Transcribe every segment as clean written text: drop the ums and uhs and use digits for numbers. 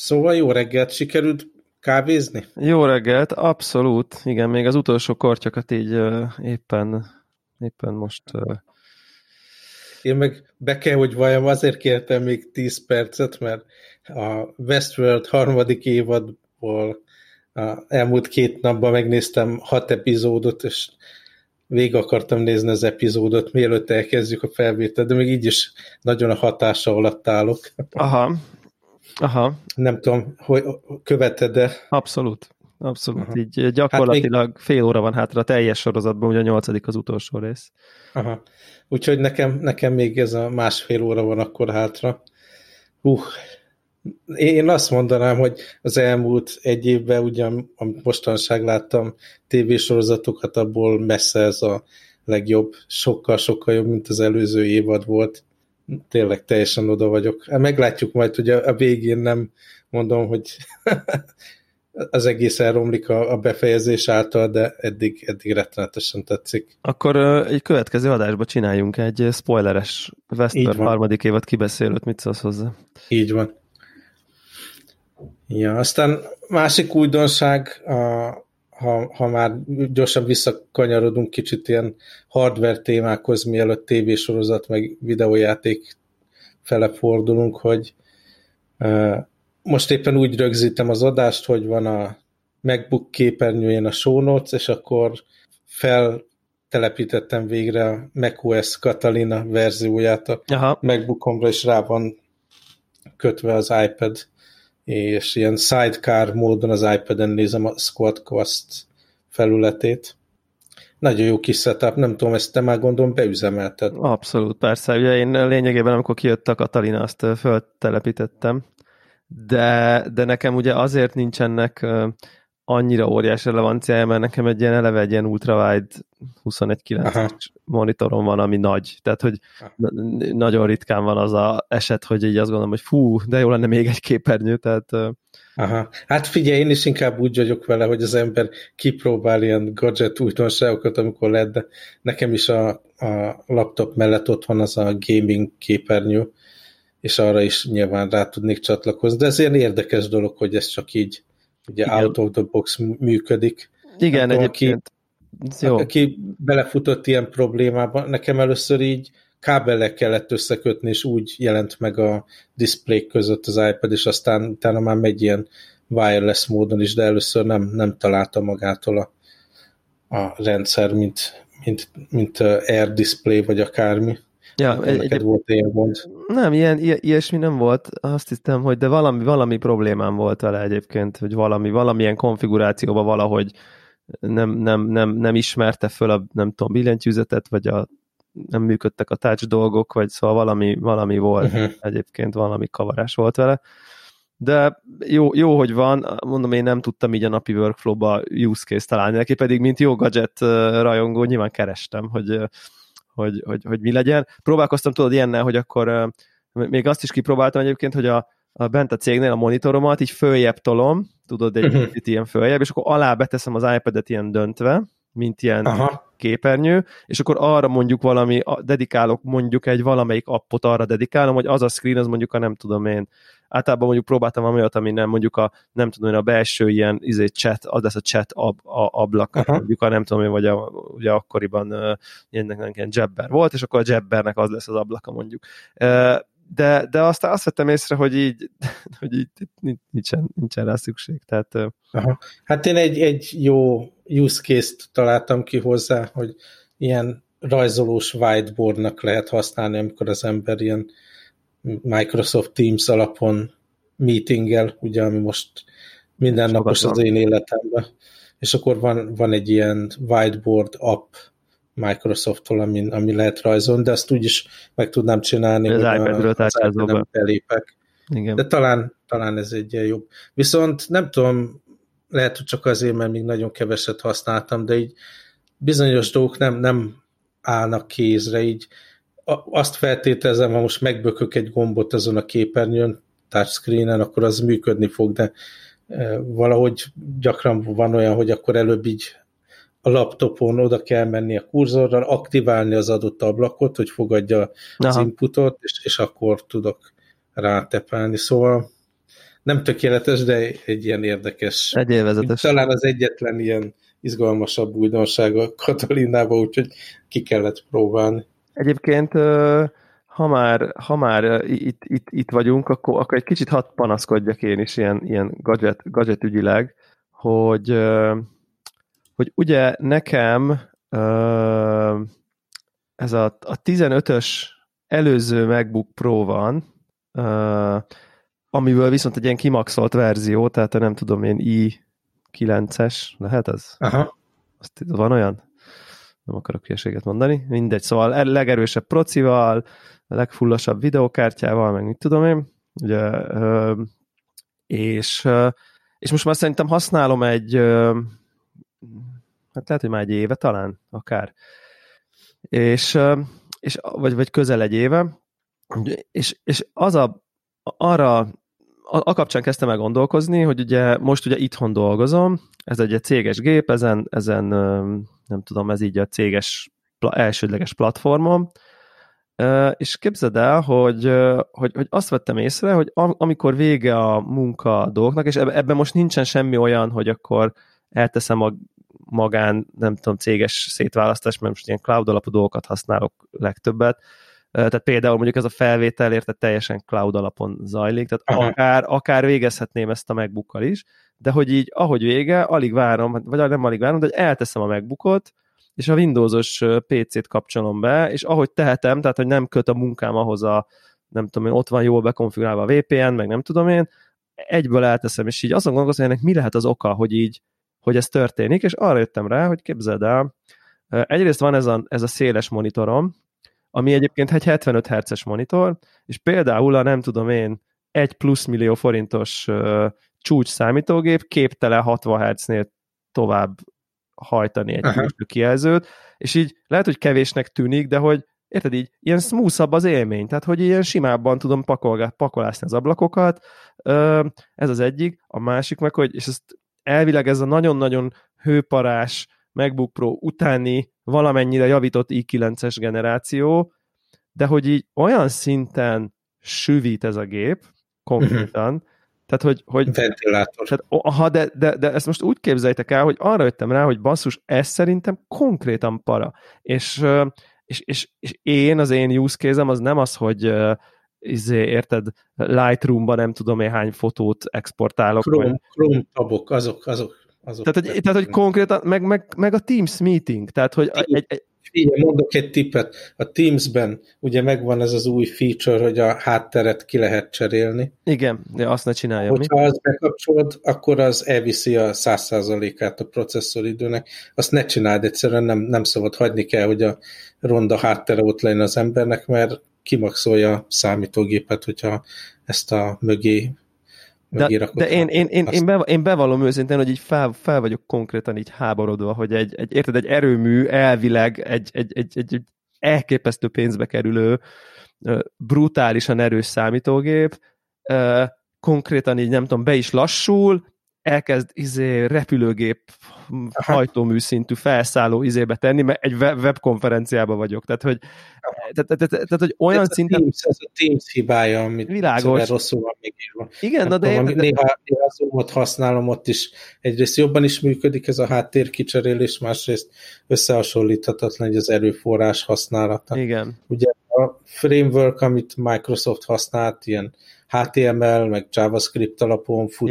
Szóval jó reggelt, sikerült kávézni? Jó reggelt, abszolút. Igen, még az utolsó kortyokat így éppen most... Én meg be kell, hogy valljam, azért kértem még 10 percet, mert a Westworld harmadik évadból elmúlt 2 napban megnéztem 6 epizódot, és végig akartam nézni az epizódot, mielőtt elkezdjük a felvételt, de még így is nagyon a hatása alatt állok. Aha. Nem tudom, hogy követed-e? Abszolút. Így gyakorlatilag még... fél óra van hátra a teljes sorozatban, ugye a 8. az utolsó rész. Aha. Úgyhogy nekem még ez a másfél óra van akkor hátra. Én azt mondanám, hogy az elmúlt egy évben ugyan mostanság láttam tévésorozatokat, abból messze ez a legjobb, sokkal-sokkal jobb, mint az előző évad volt. Tényleg teljesen oda vagyok. Meglátjuk majd, hogy a végén nem mondom, hogy az egész elromlik a befejezés által, de eddig rettenetesen tetszik. Akkor egy következő adásban csináljunk egy spoileres Westworld harmadik évad kibeszélőt. Mit szólsz hozzá? Így van. Ja, aztán másik újdonság, ha már gyorsan visszakanyarodunk kicsit ilyen hardware témákhoz, mielőtt tévésorozat meg videójáték fele fordulunk, hogy most éppen úgy rögzítem az adást, hogy van a MacBook képernyőjén a show notes, és akkor feltelepítettem végre a macOS Catalina verzióját a MacBookomra, és rá van kötve az iPad, és ilyen sidecar módon az iPad-en nézem a Squadcast felületét. Nagyon jó kis setup, nem tudom, ezt te már gondolom beüzemelted. Abszolút, persze. Ugye én lényegében, amikor kijött a Catalina, azt föltelepítettem, de nekem ugye azért nincsenek annyira óriás relevanciája, mert nekem eleve egy ilyen ultrawide 21.9-es monitorom van, ami nagy. Tehát, hogy nagyon ritkán van az az eset, hogy így azt gondolom, hogy fú, de jó lenne még egy képernyő, tehát... Aha. Hát figyelj, én is inkább úgy vagyok vele, hogy az ember kipróbál ilyen gadget újdonságokat, amikor lehet, de nekem is a laptop mellett ott van az a gaming képernyő, és arra is nyilván rá tudnék csatlakozni. De ez ilyen érdekes dolog, hogy ez csak így ugye out of the box működik. Igen, egyébként. Aki belefutott ilyen problémába, nekem először így kábellel kellett összekötni, és úgy jelent meg a display között az iPad, és aztán utána már megy ilyen wireless módon is, de először nem találta magától a rendszer, mint Air Display, vagy akármi. Ja, neked volt ilyen gond? Nem, ilyesmi nem volt. Azt hiszem, hogy de valami volt vele egyébként, hogy valamilyen konfigurációban valahogy nem ismerte föl a, nem tudom, billentyűzetet, vagy nem működtek a touch dolgok, vagy szóval valami volt egyébként, valami kavarás volt vele. De jó, hogy van, mondom, én nem tudtam így a napi workflow-ba use case találni neki, pedig mint jó gadget rajongó nyilván kerestem, hogy mi legyen. Próbálkoztam, tudod, ilyennel, hogy akkor még azt is kipróbáltam egyébként, hogy a bent a cégnél a monitoromat így följebb tolom, tudod, egy kicsit ilyen följebb, és akkor alá beteszem az iPad-et ilyen döntve, mint ilyen képernyő, és akkor arra mondjuk dedikálok mondjuk egy valamelyik appot arra dedikálom, hogy az a screen, az mondjuk nem tudom én. Általában mondjuk próbáltam valami olyat, ami nem mondjuk nem tudom én, a belső ilyen chat, az lesz a chat ablak, mondjuk nem tudom én, vagy ugye akkoriban ilyen Jabber volt, és akkor a Jabbernek az lesz az ablaka mondjuk. De aztán azt vettem észre, hogy így nincsen rá szükség. Tehát, Hát én egy jó use case-t találtam ki hozzá, hogy ilyen rajzolós whiteboardnak lehet használni, amikor az ember ilyen Microsoft Teams alapon meetingel, ugye, ami most mindennapos az én életemben. És akkor van egy ilyen whiteboard app Microsofttól, ami lehet rajzolni, de azt úgy is meg tudnám csinálni, hogy az iPad-en belépek. Igen. De talán ez egy ilyen jobb. Viszont nem tudom, lehet, hogy csak azért, mert még nagyon keveset használtam, de így bizonyos dolgok nem állnak kézre, így azt feltételezem, ha most megbökök egy gombot azon a képernyőn, touchscreenen, akkor az működni fog, de valahogy gyakran van olyan, hogy akkor előbb így a laptopon oda kell menni a kurzorral, aktiválni az adott ablakot, hogy fogadja az inputot, és akkor tudok rátepelni. Szóval nem tökéletes, de egy ilyen érdekes. Egy élvezetes. Talán az egyetlen ilyen izgalmasabb újdonság a Katalinában, úgyhogy ki kellett próbálni. Egyébként, ha már itt vagyunk, akkor egy kicsit hadd panaszkodjak én is ilyen gadget ügyileg, hogy ugye nekem ez a 15-ös előző MacBook Pro van, amiből viszont egy ilyen kimaxolt verzió, tehát nem tudom én, i9-es, lehet ez? Aha. Azt van olyan? Nem akarok hülyeséget mondani. Mindegy, szóval a legerősebb procival, a legfullasabb videokártyával, meg mit tudom én. Ugye, és most már szerintem használom hát lehet, hogy már egy éve talán, akár. És vagy közel egy éve, és arra a kapcsán kezdtem el gondolkozni, hogy ugye most ugye itthon dolgozom, ez egy céges gép, ezen nem tudom, ez így a céges elsődleges platformom, és képzeld el, hogy azt vettem észre, hogy amikor vége a munka dolgoknak, és ebben most nincsen semmi olyan, hogy akkor elteszem a magán, nem tudom, céges szétválasztás, mert most ilyen cloud alapú dolgokat használok legtöbbet. Tehát például mondjuk ez a felvétel érte teljesen cloud alapon zajlik, tehát akár végezhetném ezt a MacBookkal is, de hogy így, ahogy vége, alig várom, vagy nem alig várom, de hogy elteszem a MacBookot, és a Windowsos PC-t kapcsolom be, és ahogy tehetem, tehát hogy nem köt a munkám ahhoz nem tudom én, ott van jól bekonfigurálva a VPN, meg nem tudom én, egyből elteszem, és így azon gondolkozom, hogy ennek mi lehet az oka, hogy ez történik, és arra jöttem rá, hogy képzeld el, egyrészt van ez a széles monitorom, ami egyébként egy 75 Hz-es monitor, és például a nem tudom én 1+ millió forintos csúcs számítógép képtelen 60 Hz-nél tovább hajtani egy külső kijelzőt, és így lehet, hogy kevésnek tűnik, de hogy érted így, ilyen smoothabb az élmény, tehát hogy ilyen simábban tudom pakolászni az ablakokat, ez az egyik, a másik meg, hogy, és ezt elvileg ez a nagyon-nagyon hőparás MacBook Pro utáni valamennyire javított i9-es generáció, de hogy így olyan szinten süvít ez a gép, konkrétan, tehát hogy ventilátor. Tehát, de ezt most úgy képzeljétek el, hogy arra jöttem rá, hogy basszus, ez szerintem konkrétan para. És én, az én use case-em az nem az, hogy érted, Lightroom-ban nem tudom én hány fotót exportálok. Chrome tabok, azok. Tehát, hogy konkrétan, meg a Teams meeting, tehát, hogy Figyelj, mondok egy tippet. A Teams-ben ugye megvan ez az új feature, hogy a hátteret ki lehet cserélni. Igen, de azt ne csináljam. Hogyha azt bekapcsolod, akkor az elviszi a 100%-át a processzoridőnek. Azt ne csináld, egyszerűen nem szabad, hagyni kell, hogy a ronda háttere ott legyen az embernek, mert kimaxolja a számítógépet, hogyha ezt a mögé de én bevallom őszintén, hogy így fel vagyok konkrétan így háborodva, hogy egy erőmű elvileg egy elképesztő pénzbe kerülő, brutálisan erős számítógép, konkrétan így nem tudom, be is lassul, elkezd repülőgép hajtómű szintű felszálló izébe tenni, mert egy webkonferenciában vagyok. Tehát, hogy olyan szinten... Ez a Teams hibája, amit világos. Rosszul van még írva. Igen, néha a Zoom-ot használom, ott is egyrészt jobban is működik ez a háttérkicserélés, másrészt összehasonlíthatatlan, hogy az erőforrás használata. Igen. Ugye a framework, amit Microsoft használt, ilyen HTML, meg JavaScript alapon fut,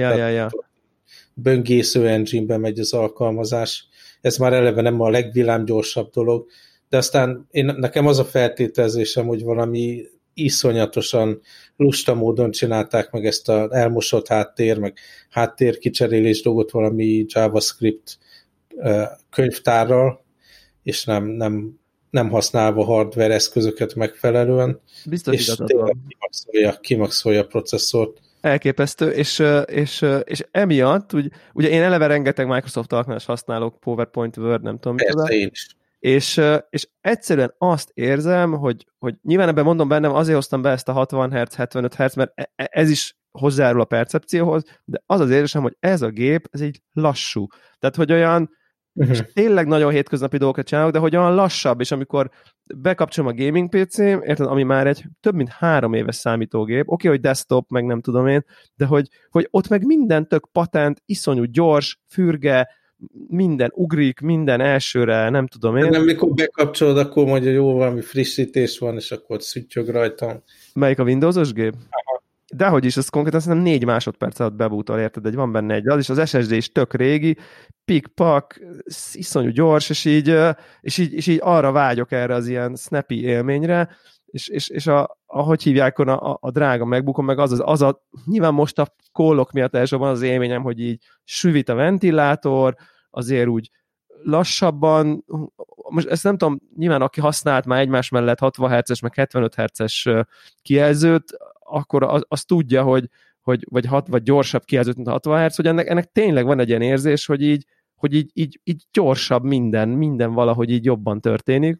böngésző engine-be megy az alkalmazás. Ez már eleve nem a legvillámgyorsabb dolog, de aztán nekem az a feltételezésem, hogy valami iszonyatosan lusta módon csinálták meg ezt az elmosott háttér, meg háttérkicserélés dolgot valami JavaScript könyvtárral, és nem használva hardware eszközöket megfelelően, biztos és tényleg kimaxolja a processzort. Elképesztő, és emiatt, ugye én eleve rengeteg Microsoft alkalmazást használok, PowerPoint, Word, nem tudom micsoda. Én is. És egyszerűen azt érzem, hogy nyilván ebben mondom bennem, azért hoztam be ezt a 60 Hz, 75 Hz, mert ez is hozzájárul a percepcióhoz, de az érzésem, hogy ez a gép, ez így lassú. Tehát, hogy olyan és tényleg nagyon hétköznapi dolgokat csinálok, de hogy olyan lassabb, és amikor bekapcsolom a gaming PC-m, érted, ami már egy több mint 3 éves számítógép, oké, hogy desktop, meg nem tudom én, de hogy ott meg minden tök patent, iszonyú gyors, fürge, minden ugrik, minden elsőre, nem tudom én. Nem, mikor bekapcsolod, akkor mondja, jó, valami frissítés van, és akkor szüttyög rajta. Melyik a Windows-os gép? Aha. Dehogy is, ez konkrétan szerintem 4 másodperc alatt bebútol, érted, egy van benne egy az, és az SSD is tök régi, pik-pak, iszonyú gyors, és így arra vágyok erre az ilyen snappy élményre, és ahogy hívják, a drága MacBookom, meg az a, nyilván most a callok miatt elsősorban az élményem, hogy így süvít a ventilátor, azért úgy lassabban, most ezt nem tudom, nyilván aki használt már egymás mellett 60 Hz-es, meg 75 Hz-es kijelzőt, akkor az tudja, vagy gyorsabb kijelzőt, mint 60 Hz, hogy ennek tényleg van egy ilyen érzés, hogy így gyorsabb minden valahogy így jobban történik,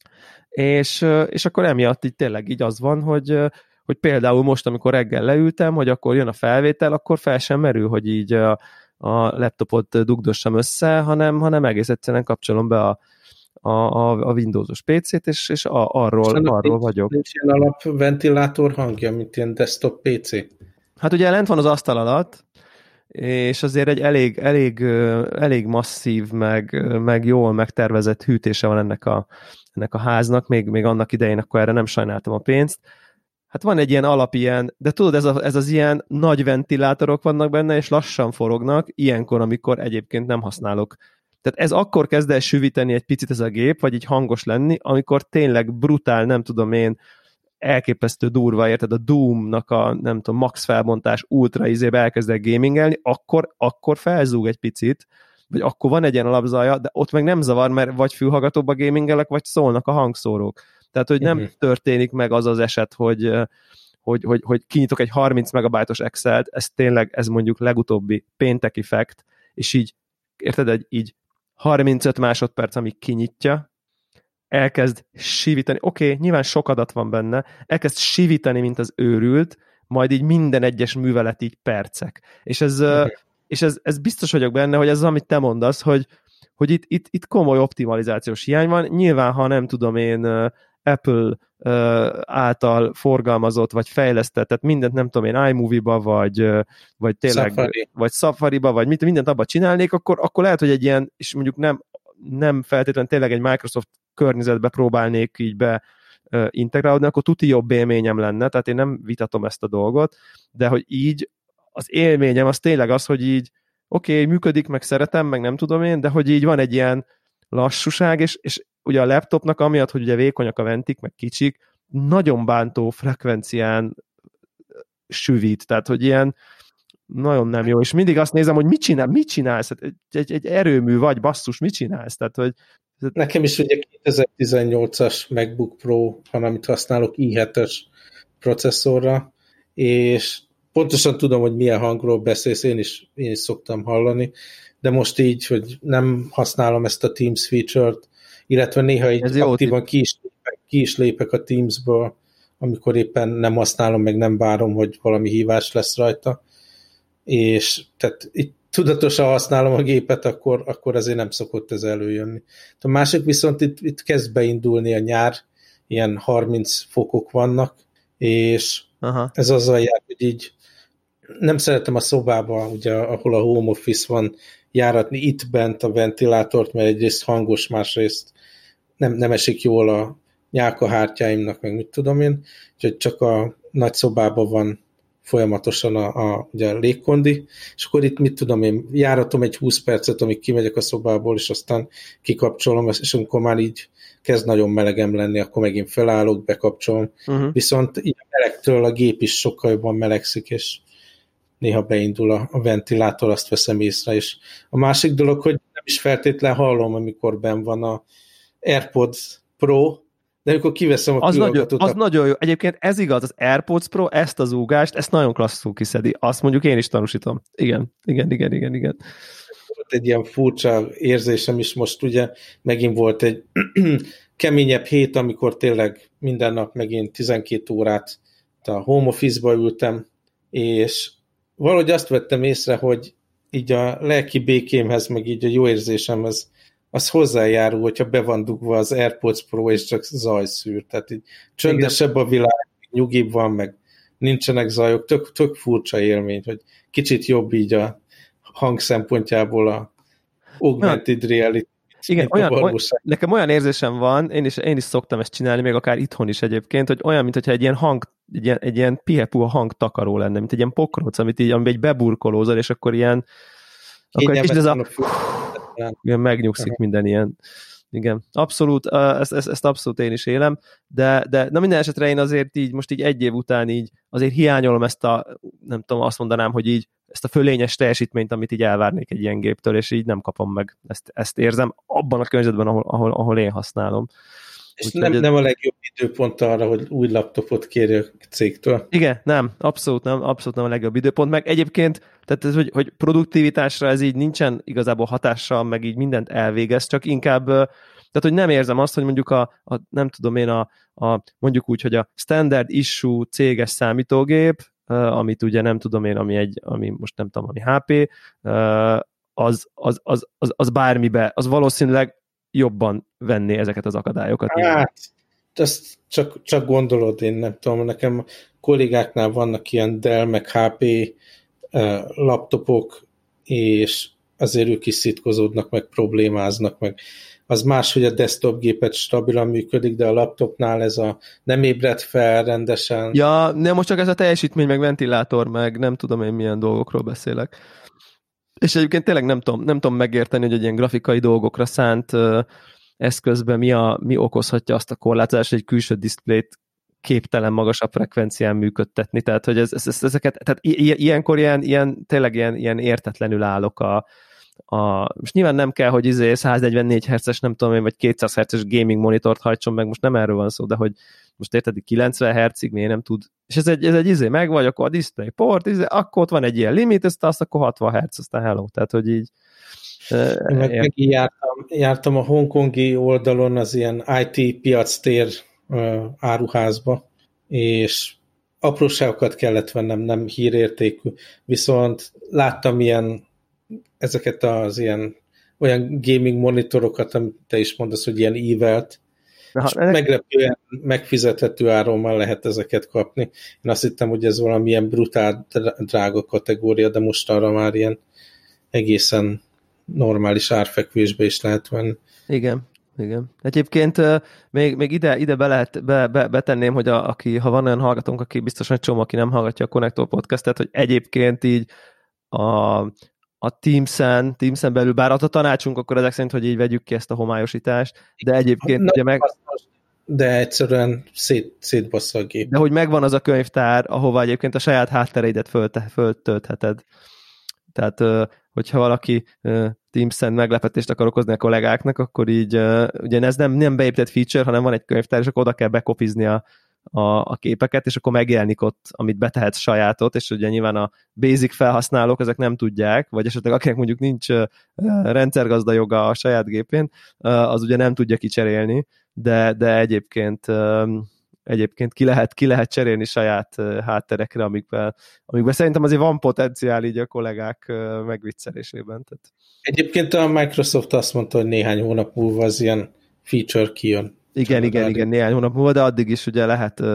és akkor emiatt így tényleg így az van, hogy például most, amikor reggel leültem, hogy akkor jön a felvétel, akkor fel sem merül, hogy így a laptopot dugdossam össze, hanem egész egyszerűen kapcsolom be a Windows-os PC-t, és arról vagyok. Nincs ilyen alapventilátor hangja, mint ilyen desktop PC? Hát ugye lent van az asztal alatt, és azért egy elég masszív, meg jól megtervezett hűtése van ennek a háznak, még annak idején akkor erre nem sajnáltam a pénzt. Hát van egy ilyen ilyen, de tudod, ez az ilyen nagy ventilátorok vannak benne, és lassan forognak, ilyenkor, amikor egyébként nem használok. Tehát ez akkor kezd el süvíteni egy picit ez a gép, vagy így hangos lenni, amikor tényleg brutál, nem tudom én, elképesztő durva, érted, a Doom-nak a, nem tudom, max felbontás ultra izébe elkezd el gamingelni, akkor felzúg egy picit, vagy akkor van egy ilyen alapzaja, de ott meg nem zavar, mert vagy fülhallgatóba gamingelek, vagy szólnak a hangszórók. Tehát, hogy nem történik meg az az eset, hogy kinyitok egy 30 megabájtos Excel-t, ez mondjuk legutóbbi pénteki fact, és így, érted, így 35 másodperc, amíg kinyitja, elkezd sivítani, oké, nyilván sok adat van benne, elkezd sivítani, mint az őrült, majd így minden egyes művelet így percek. És ez biztos vagyok benne, hogy ez az, amit te mondasz, hogy itt komoly optimalizációs hiány van. Nyilván, ha nem tudom én, Apple által forgalmazott, vagy fejlesztett, tehát mindent nem tudom én iMovie-ba, vagy tényleg, vagy Safari-ba, vagy mindent abba csinálnék, akkor lehet, hogy egy ilyen, és mondjuk nem feltétlenül tényleg egy Microsoft környezetbe próbálnék így be integrálódni, akkor tuti jobb élményem lenne, tehát én nem vitatom ezt a dolgot, de hogy így az élményem az tényleg az, hogy így oké, működik, meg szeretem, meg nem tudom én, de hogy így van egy ilyen lassúság, és ugye a laptopnak amiatt, hogy ugye vékonyak a ventik, meg kicsik, nagyon bántó frekvencián süvít, tehát hogy ilyen nagyon nem jó, és mindig azt nézem, hogy mit csinálsz? Egy erőmű vagy, basszus, mit csinálsz? Tehát, hogy nekem is ugye 2018-as MacBook Pro van, amit használok i7-es processzorra, és pontosan tudom, hogy milyen hangról beszélsz, én is szoktam hallani, de most így, hogy nem használom ezt a Teams feature-t, illetve néha így aktívan ki is lépek a Teams-ből, amikor éppen nem használom, meg nem várom, hogy valami hívás lesz rajta, és tehát itt tudatosan használom a gépet, akkor azért nem szokott ez előjönni. A másik viszont itt kezd beindulni a nyár, ilyen 30 fokok vannak, és ez azzal jár, hogy így nem szeretem a szobába, ugye, ahol a home office van, járatni itt bent a ventilátort, mert egyrészt hangos, másrészt nem esik jól a nyálkahártyáimnak, meg mit tudom én, úgyhogy csak a nagy szobában van folyamatosan ugye a légkondi, és akkor itt mit tudom én, járatom egy 20 percet, amíg kimegyek a szobából, és aztán kikapcsolom, és amikor már így kezd nagyon melegem lenni, akkor megint felállok, bekapcsolom. Viszont ilyen melegtől a gép is sokkal jobban melegszik, és néha beindul a ventilátor, azt veszem észre is. A másik dolog, hogy nem is feltétlen hallom, amikor benn van a AirPods Pro, de amikor kiveszem a fülhallgatót... Az nagyon jó. Egyébként ez igaz, az AirPods Pro ezt az úgást, ezt nagyon klasszul kiszedi. Azt mondjuk én is tanúsítom. Igen. Volt egy ilyen furcsa érzésem is most, ugye megint volt egy keményebb hét, amikor tényleg minden nap megint 12 órát a home office-ba ültem, és valahogy azt vettem észre, hogy így a lelki békémhez, meg így a jó érzésemhez az hozzájárul, hogyha be van dugva az AirPods Pro, és csak zaj szűr. Tehát így csöndesebb a világ, nyugibb van, meg nincsenek zajok. Tök furcsa élmény, hogy kicsit jobb így a hang szempontjából a augmented reality. Igen, nekem olyan érzésem van, én is szoktam ezt csinálni, még akár itthon is egyébként, hogy olyan, mintha egy ilyen egy ilyen pihepuha hangtakaró lenne, mint egy ilyen pokroc, amiben egy beburkolózol, és akkor ilyen akkor egy kicsit ez ilyen megnyugszik minden ilyen. Igen, abszolút, ezt abszolút én is élem, de na minden esetre én azért így, most így egy év után így azért hiányolom ezt nem tudom, azt mondanám, hogy így ezt a fölényes teljesítményt, amit így elvárnék egy ilyen géptől, és így nem kapom meg. Ezt érzem abban a környezetben, ahol én használom. És nem a legjobb időpont arra, hogy új laptopot kérj a cégtől. Igen, abszolút nem a legjobb időpont, meg egyébként, tehát ez, hogy produktivitásra ez így nincsen igazából hatással, meg így mindent elvégez, csak inkább, tehát hogy nem érzem azt, hogy mondjuk nem tudom én, mondjuk úgy, hogy a standard issue céges számítógép, amit ugye nem tudom én, ami most nem tudom, ami HP, az bármibe, az valószínűleg jobban venné ezeket az akadályokat. Hát, ezt csak gondolod, én nem tudom, nekem kollégáknál vannak ilyen Dell meg HP laptopok, és azért ők is szitkozódnak, meg problémáznak, meg az más, hogy a desktop gépet stabilan működik, de a laptopnál ez nem ébred fel rendesen. Ja, nem, most csak ez a teljesítmény, meg ventilátor, meg nem tudom én milyen dolgokról beszélek. És egyébként tényleg nem tudom megérteni, hogy egy ilyen grafikai dolgokra szánt eszközben mi okozhatja azt a korlátozást, hogy egy külső diszplét képtelen magasabb frekvencián működtetni. Tehát, hogy ezeket, tehát ilyenkor tényleg ilyen értetlenül állok most nyilván nem kell, hogy 144 Hz-es, nem tudom én, vagy 200 Hz-es gaming monitort hajtson meg, most nem erről van szó, de hogy most érted, 90 Hz-ig miért nem tud. És ez egy meg vagy, akkor a display port, akkor ott van egy ilyen limit, azt akkor 60 Hz, aztán hello. Tehát, hogy így... Megint jártam a hongkongi oldalon az ilyen IT piactér áruházba, és apróságokat kellett vennem, nem hírértékű, viszont láttam ezeket az olyan gaming monitorokat, amit te is mondasz, hogy ilyen ívelt, és meglepően megfizethető áron már lehet ezeket kapni. Én azt hittem, hogy ez valamilyen brutál drága kategória, de mostanra már ilyen egészen normális árfekvésbe is lehet venni. Igen. Egyébként még ide betenném, hogy ha van olyan hallgatónk, aki biztos egy csomó, aki nem hallgatja a Konnektor podcastet, hogy egyébként így a Teams-en belül, bár a tanácsunk akkor ezek szerint, hogy így vegyük ki ezt a homályosítást, de egyébként ugye de egyszerűen szétbassza a gép. De hogy megvan az a könyvtár, ahova egyébként a saját háttereidet föltöltheted. Tehát, hogyha valaki Teams-en meglepetést akar okozni a kollégáknak, akkor így, ugye ez nem beépített feature, hanem van egy könyvtár, és akkor oda kell bekopizni a képeket, és akkor megjelenik ott, amit betehetsz sajátot, és ugye nyilván a basic felhasználók ezek nem tudják, vagy esetleg akinek mondjuk nincs rendszergazda joga a saját gépén, az ugye nem tudja kicserélni, de egyébként ki lehet cserélni saját hátterekre, amikben szerintem azért van potenciál így a kollégák megviccelésében. Tehát. Egyébként a Microsoft azt mondta, hogy néhány hónap múlva az ilyen feature kijön. Igen, néhány hónap múlva, de addig is ugye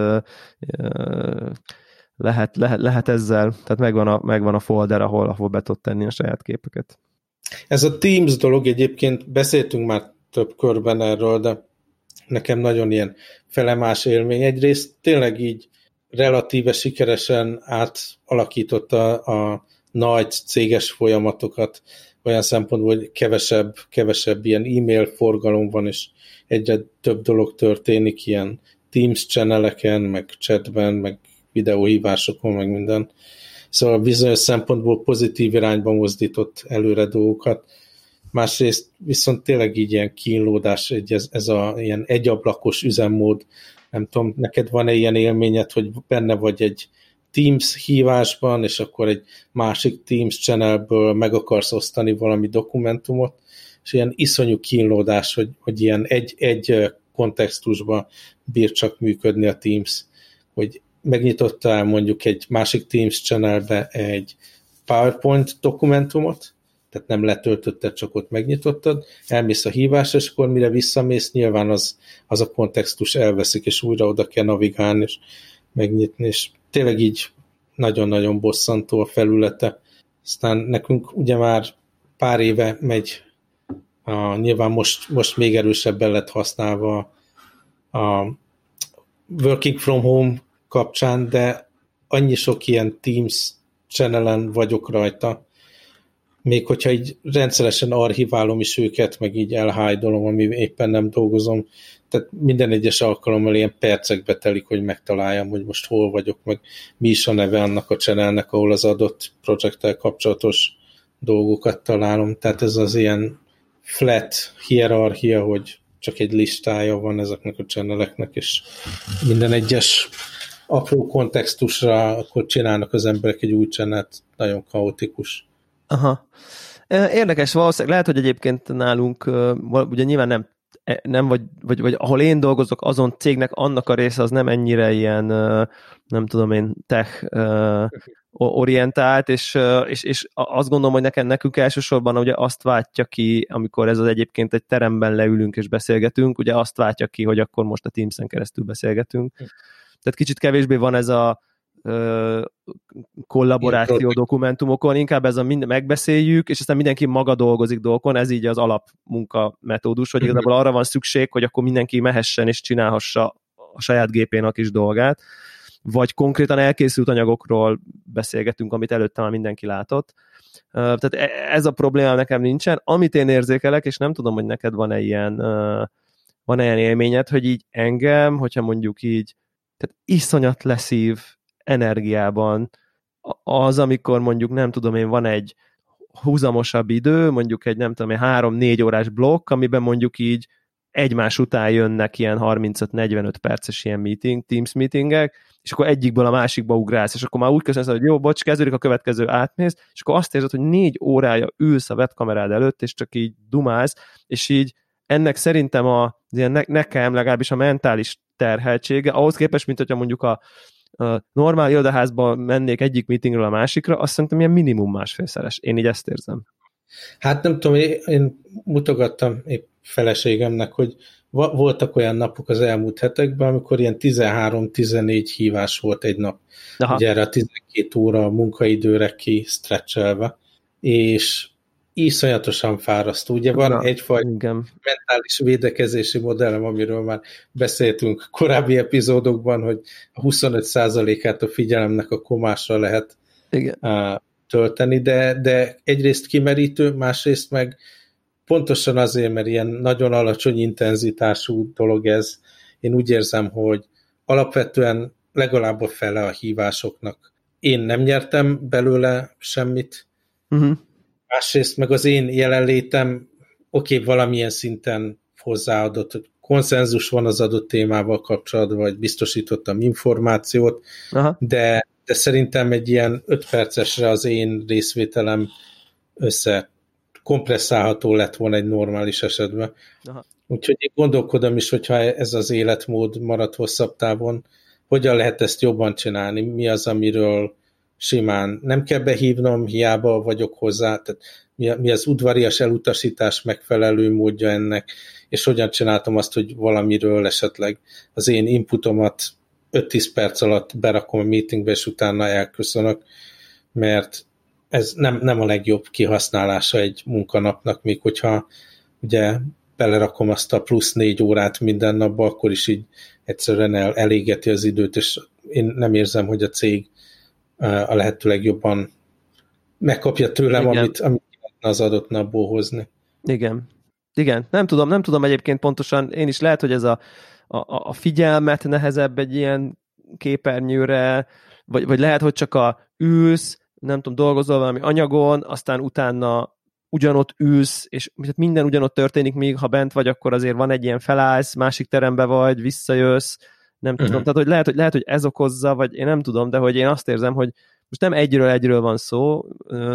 lehet ezzel, tehát megvan a folder, ahol be tud tenni a saját képeket. Ez a Teams dolog, egyébként beszéltünk már több körben erről, de nekem nagyon ilyen felemás élmény. Egyrészt tényleg így relatíve sikeresen átalakította a nagy céges folyamatokat olyan szempontból, hogy kevesebb ilyen e-mail forgalom van, és egyre több dolog történik ilyen Teams channeleken, meg chatben, meg videóhívásokon, meg minden. Szóval bizonyos szempontból pozitív irányba mozdított előre dolgokat. Másrészt viszont tényleg így ilyen kínlódás, ez a ilyen egyablakos üzemmód. Nem tudom, neked van-e ilyen élményed, hogy benne vagy egy Teams hívásban, és akkor egy másik Teams channelből meg akarsz osztani valami dokumentumot, és ilyen iszonyú kínlódás, hogy ilyen egy kontextusban bír csak működni a Teams, hogy megnyitottál mondjuk egy másik Teams channelbe egy PowerPoint dokumentumot, tehát nem letöltötted, csak ott megnyitottad, elmész a hívásra, és akkor mire visszamész, nyilván az a kontextus elveszik, és újra oda kell navigálni, és megnyitni, és tényleg így nagyon-nagyon bosszantó a felülete. Aztán nekünk ugye már pár éve megy, nyilván most még erősebben lett használva a working from home kapcsán, de annyi sok ilyen Teams channelen vagyok rajta, még hogyha így rendszeresen archiválom is őket, meg így elhájdolom, ami éppen nem dolgozom, tehát minden egyes alkalommal ilyen percekbe telik, hogy megtaláljam, hogy most hol vagyok, meg mi is a neve annak a channelnek, ahol az adott projekttel kapcsolatos dolgokat találom, tehát ez az ilyen flat hierarchia, hogy csak egy listája van ezeknek a channeleknek, és minden egyes apró kontextusra akkor csinálnak az emberek egy új channelt, nagyon kaotikus. Aha. Érdekes, valószínűleg lehet, hogy egyébként nálunk, ugye nyilván nem vagy ahol én dolgozok, azon cégnek annak a része az nem ennyire ilyen, nem tudom én, tech orientált, és azt gondolom, hogy nekünk elsősorban ugye azt váltja ki, amikor ez az egyébként egy teremben leülünk és beszélgetünk, ugye azt váltja ki, hogy akkor most a Teams-en keresztül beszélgetünk. Tehát kicsit kevésbé van ez a kollaboráció dokumentumokon, inkább ez a megbeszéljük, és aztán mindenki maga dolgozik dolgokon, ez így az alapmunka metódus, hogy igazából arra van szükség, hogy akkor mindenki mehessen és csinálhassa a saját gépének is dolgát, vagy konkrétan elkészült anyagokról beszélgetünk, amit előtte már mindenki látott. Tehát ez a probléma nekem nincsen. Amit én érzékelek, és nem tudom, hogy neked van-e ilyen élményed, hogy így engem, hogyha mondjuk így, tehát iszonyat leszív energiában az, amikor mondjuk nem tudom én, van egy húzamosabb idő, mondjuk egy nem tudom én 3-4 órás blokk, amiben mondjuk így egymás után jönnek ilyen 35-45 perces ilyen Teams meetingek, és akkor egyikből a másikba ugrálsz, és akkor már úgy köszönsz, hogy jó, bocs, kezdődik a következő, átmész, és akkor azt érzed, hogy 4 órája ülsz a webkamerád előtt, és csak így dumálsz, és így ennek szerintem nekem legalábbis a mentális terheltsége, ahhoz képest, mint hogyha mondjuk a normál irodaházba mennék egyik meetingről a másikra, azt szerintem ilyen minimum 1,5-szeres. Én így ezt érzem. Hát nem tudom, én mutogattam épp feleségemnek, hogy voltak olyan napok az elmúlt hetekben, amikor ilyen 13-14 hívás volt egy nap. Aha. Ugye erre a 12 óra munkaidőre ki stretchelve, és iszonyatosan fárasztó. Ugye van egyfajta mentális védekezési modellem, amiről már beszéltünk korábbi epizódokban, hogy a 25%-át a figyelemnek a komásra lehet tölteni, de egyrészt kimerítő, másrészt meg pontosan azért, mert ilyen nagyon alacsony intenzitású dolog ez. Én úgy érzem, hogy alapvetően legalább a fele a hívásoknak én nem nyertem belőle semmit, másrészt meg az én jelenlétem valamilyen szinten hozzáadott, hogy konszenzus van az adott témával kapcsolatban, vagy biztosítottam információt, de szerintem egy ilyen 5 percesre az én részvételem kompresszálható lett volna egy normális esetben. Aha. Úgyhogy én gondolkodom is, hogyha ez az életmód marad hosszabb távon, hogyan lehet ezt jobban csinálni, mi az, amiről simán nem kell behívnom, hiába vagyok hozzá, tehát mi az udvarias elutasítás megfelelő módja ennek, és hogyan csináltam azt, hogy valamiről esetleg az én inputomat 5-10 perc alatt berakom a meetingbe, és utána elköszönök, mert ez nem a legjobb kihasználása egy munkanapnak, még hogyha ugye belerakom azt a plusz 4 órát minden napba, akkor is így egyszerűen elégeti az időt, és én nem érzem, hogy a cég a lehető legjobban megkapja tőlem, amit az adott napból hozni. Igen. Nem tudom egyébként pontosan, én is lehet, hogy ez a figyelmet nehezebb egy ilyen képernyőre, vagy lehet, hogy csak ülsz, nem tudom, dolgozol valami anyagon, aztán utána ugyanott ülsz, és minden ugyanott történik, míg ha bent vagy, akkor azért van egy ilyen felállsz, másik terembe vagy, visszajössz, nem tudom. Tehát, hogy lehet, hogy ez okozza, vagy én nem tudom, de hogy én azt érzem, hogy most nem egyről van szó,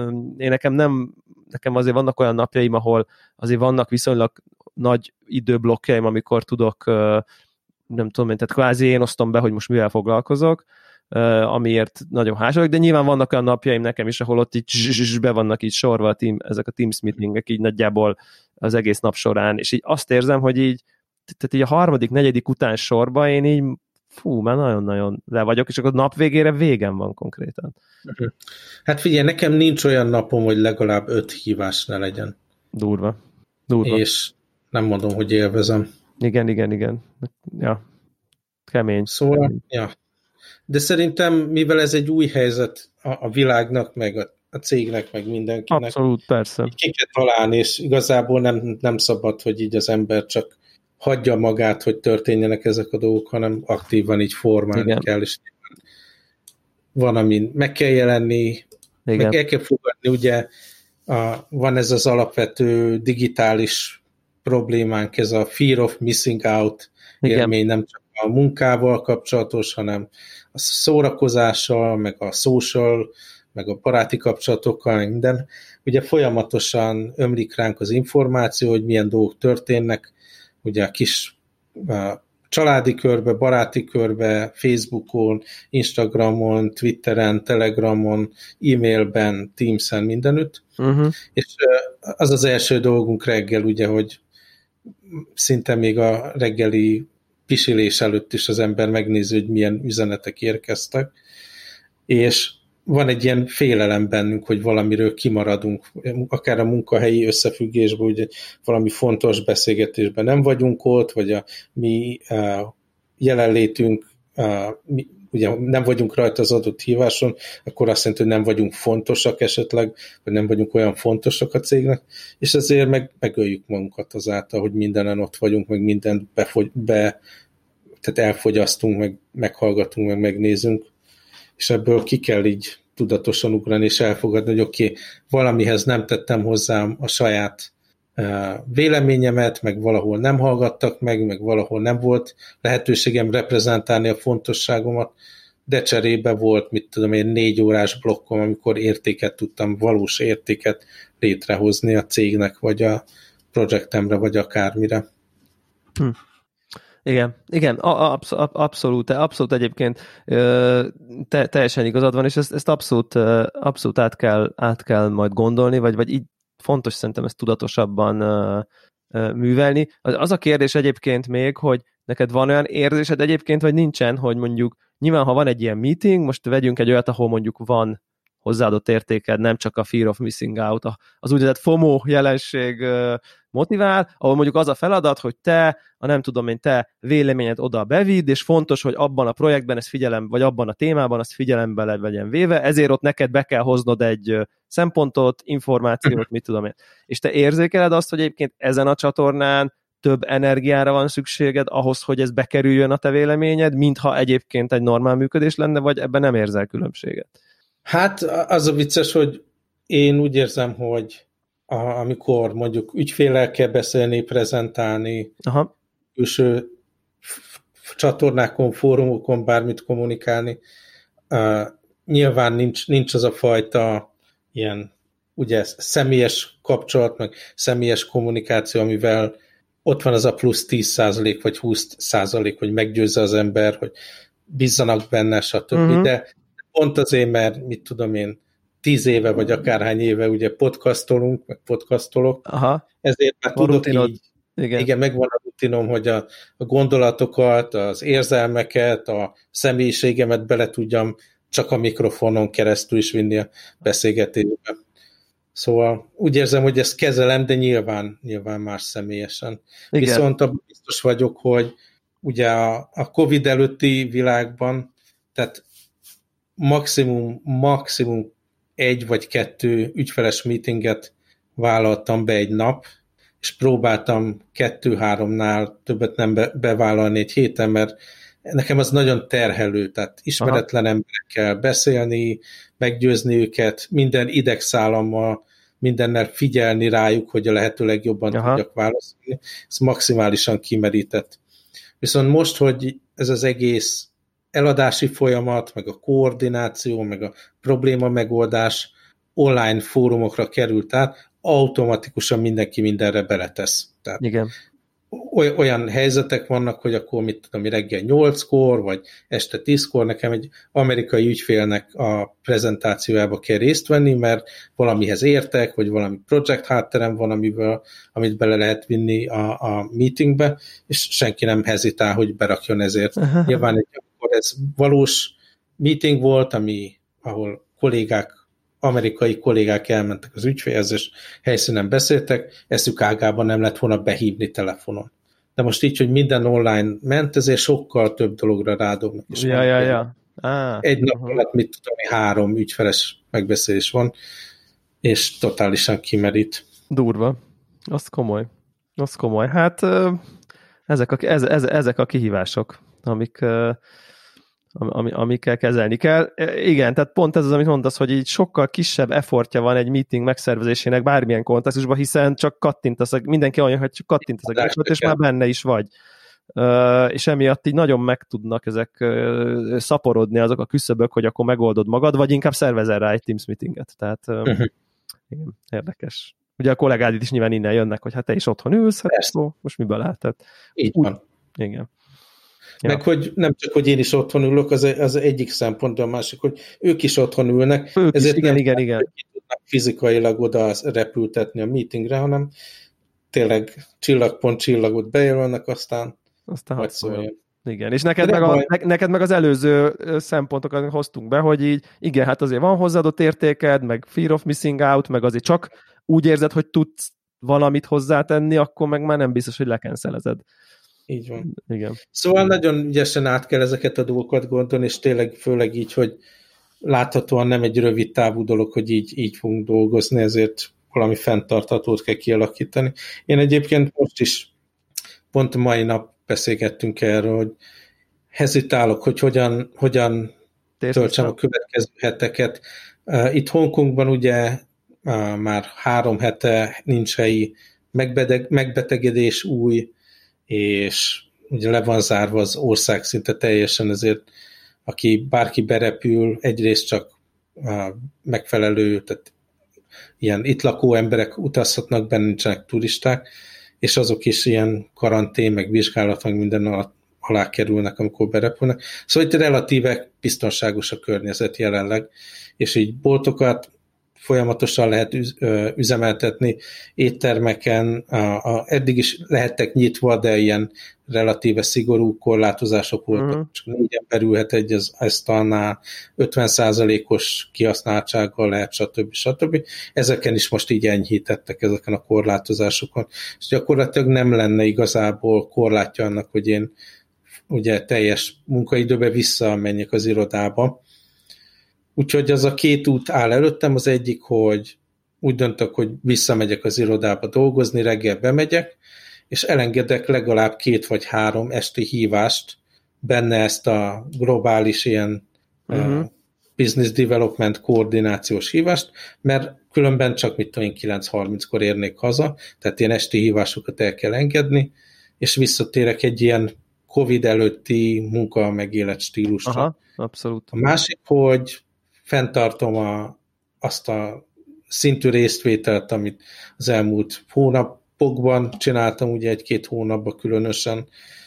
nekem azért vannak olyan napjaim, ahol azért vannak viszonylag nagy időblokkjaim, amikor tudok, nem tudom, tehát kvázi én osztom be, hogy most mivel foglalkozok, amiért nagyon hálás vagyok, de nyilván vannak olyan napjaim nekem is, ahol ott így be vannak így sorva ezek a Teams meetingek így nagyjából az egész nap során, és így azt érzem, hogy így, tehát így a harmadik, negyedik után sorba én így már nagyon-nagyon le vagyok, és akkor nap végére végem van konkrétan. Hát figyelj, nekem nincs olyan napom, hogy legalább 5 hívás ne legyen. Durva. És nem mondom, hogy élvezem. Igen. Ja, kemény. Szóval, ja. De szerintem, mivel ez egy új helyzet a világnak, meg a cégnek, meg mindenkinek. Abszolút, persze. Ki kell találni, és igazából nem szabad, hogy így az ember csak hagyja magát, hogy történjenek ezek a dolgok, hanem aktívan így formálni kell, és van, amin meg kell jelenni, meg el kell fogadni, ugye van ez az alapvető digitális problémánk, ez a fear of missing out élmény, nem csak a munkával kapcsolatos, hanem a szórakozással, meg a social, meg a baráti kapcsolatokkal, minden. Ugye folyamatosan ömlik ránk az információ, hogy milyen dolgok történnek, ugye a kis családi körbe, baráti körbe, Facebookon, Instagramon, Twitteren, Telegramon, e-mailben, Teamsen, mindenütt. És az az első dolgunk reggel, ugye, hogy szinte még a reggeli pisilés előtt is az ember megnézi, hogy milyen üzenetek érkeztek, és van egy ilyen félelem bennünk, hogy valamiről kimaradunk, akár a munkahelyi összefüggésben, hogy valami fontos beszélgetésben nem vagyunk ott, vagy a mi jelenlétünk, ugye nem vagyunk rajta az adott híváson, akkor azt jelenti, hogy nem vagyunk fontosak esetleg, vagy nem vagyunk olyan fontosak a cégnek, és ezért megöljük magunkat azáltal, hogy mindenen ott vagyunk, meg mindent tehát elfogyasztunk, meghallgatunk, meg megnézünk, és ebből ki kell így tudatosan ugrani, és elfogadni, hogy oké, valamihez nem tettem hozzám a saját véleményemet, meg valahol nem hallgattak meg valahol nem volt lehetőségem reprezentálni a fontosságomat, de cserébe volt, mit tudom én, 4 órás blokkom, amikor valós értéket létrehozni a cégnek, vagy a projektemre, vagy akármire. Igen, abszolút egyébként teljesen igazad van, és ezt abszolút át kell majd gondolni, vagy így fontos szerintem ezt tudatosabban művelni. Az a kérdés egyébként még, hogy neked van olyan érzésed egyébként, vagy nincsen, hogy mondjuk nyilván, ha van egy ilyen meeting, most vegyünk egy olyat, ahol mondjuk van hozzáadott értéked, nem csak a fear of missing out, az úgynevezett FOMO jelenség motivál, ahol mondjuk az a feladat, hogy te véleményed oda bevidd, és fontos, hogy abban a projektben ezt vagy abban a témában azt figyelembe legyen véve, ezért ott neked be kell hoznod egy szempontot, információt, mit tudom én. És te érzékeled azt, hogy egyébként ezen a csatornán több energiára van szükséged ahhoz, hogy ez bekerüljön a te véleményed, mintha egyébként egy normál működés lenne, vagy ebben nem érzel különbséget? Hát az a vicces, hogy én úgy érzem, hogy amikor mondjuk ügyféllel kell beszélni, prezentálni, külső csatornákon, fórumokon bármit kommunikálni, nyilván nincs az a fajta ilyen ugye személyes kapcsolat, meg személyes kommunikáció, amivel ott van az a plusz 10% vagy 20%, hogy meggyőzze az ember, hogy bízzanak benne, stb. De pont azért, mert mit tudom én, 10 éve, vagy akárhány éve ugye podcastolunk, meg podcastolok, ezért már tudok így, igen, megvan a rutinom, hogy a gondolatokat, az érzelmeket, a személyiségemet bele tudjam csak a mikrofonon keresztül is vinni a beszélgetésbe. Szóval úgy érzem, hogy ezt kezelem, de nyilván más személyesen. Igen. Viszont abban biztos vagyok, hogy ugye a Covid előtti világban, tehát maximum 1 vagy 2 ügyfeles meetinget vállaltam be egy nap, és próbáltam 2-3-nál többet nem bevállalni egy héten, mert nekem az nagyon terhelő, tehát ismeretlen emberekkel beszélni, meggyőzni őket, minden idegszálammal, mindennel figyelni rájuk, hogy a lehető legjobban tudjak válaszolni. Ez maximálisan kimerített. Viszont most, hogy ez az egész eladási folyamat, meg a koordináció, meg a probléma megoldás online fórumokra került át, automatikusan mindenki mindenre beletesz. Tehát igen. olyan helyzetek vannak, hogy akkor mit tudom, reggel 8-kor, vagy este 10-kor nekem egy amerikai ügyfélnek a prezentációjába kell részt venni, mert valamihez értek, vagy valami projekt hátterem van, amit bele lehet vinni a meetingbe, és senki nem hezitál, hogy berakjon ezért. Nyilván akkor ez valós meeting volt, ahol amerikai kollégák elmentek az ügyfélhez, és helyszínen beszéltek, eszük ágában nem lett volna behívni telefonon. De most így, hogy minden online ment, ezért sokkal több dologra rádobnak. Egy nap alatt, mit tudom, 3 ügyfeles megbeszélés van, és totálisan kimerít. Durva. Az komoly. Hát ezek a kihívások, amikkel kezelni kell. Igen, tehát pont ez az, amit mondasz, hogy így sokkal kisebb effortja van egy meeting megszervezésének bármilyen kontextusban, hiszen csak kattintasz, mindenki olyan, hogy csak kattintasz a gépet, és már benne is vagy. És emiatt így nagyon meg tudnak ezek szaporodni azok a küszöbök, hogy akkor megoldod magad, vagy inkább szervezel rá egy Teams meetinget. Tehát igen, érdekes. Ugye a kollégáid is nyilván innen jönnek, hogy hát te is otthon ülsz, hát szó, most miből látod? Így van. Igen. Ja. Meg hogy nem csak, hogy én is otthon ülök, az egyik szempont, de a másik, hogy ők is otthon ülnek, ezért igen. tudnak fizikailag oda repültetni a meetingre, hanem tényleg csillagot bejelölnek, aztán majd szóljon. Igen, és neked meg az előző szempontokat hoztunk be, hogy így, igen, hát azért van hozzáadott értéked, meg fear of missing out, meg azért csak úgy érzed, hogy tudsz valamit hozzátenni, akkor meg már nem biztos, hogy lekenszelezed. Így van. Igen. Szóval nagyon ügyesen át kell ezeket a dolgokat gondolni, és tényleg főleg így, hogy láthatóan nem egy rövid távú dolog, hogy így fogunk dolgozni, ezért valami fenntarthatót kell kialakítani. Én egyébként most is pont a mai nap beszélgettünk erről, hogy hezitálok, hogy hogyan töltsem a következő heteket. Itt Hongkongban ugye már 3 hete nincs helyi megbetegedés új, és ugye le van zárva az ország szinte teljesen, ezért bárki berepül, egyrészt csak megfelelő, tehát ilyen itt lakó emberek utazhatnak, benne nincsenek turisták, és azok is ilyen karantén, meg vizsgálat, meg minden alá kerülnek, amikor berepülnek. Szóval itt relatíve biztonságos a környezet jelenleg, és így boltokat folyamatosan lehet üzemeltetni, éttermeken, eddig is lehettek nyitva, de ilyen relatíve szigorú korlátozások voltak, csak 4 ember ülhet egy asztalnál, 50%-os kihasználtsággal lehet, stb. Ezeken is most így enyhítettek, ezeken a korlátozásokon. És gyakorlatilag nem lenne igazából korlátja annak, hogy én ugye teljes munkaidőbe visszamenjek az irodába. Úgyhogy az a 2 út áll előttem, az egyik, hogy úgy döntök, hogy visszamegyek az irodába dolgozni, reggel bemegyek, és elengedek legalább 2 vagy 3 esti hívást, benne ezt a globális ilyen business development koordinációs hívást, mert különben csak 9:30-kor érnék haza, tehát ilyen esti hívásokat el kell engedni, és visszatérek egy ilyen Covid előtti munka megélet stílusra. Aha, abszolút. A másik, hogy fenntartom azt a szintű résztvételt, amit az elmúlt hónapokban csináltam, ugye 1-2 hónapban különösen,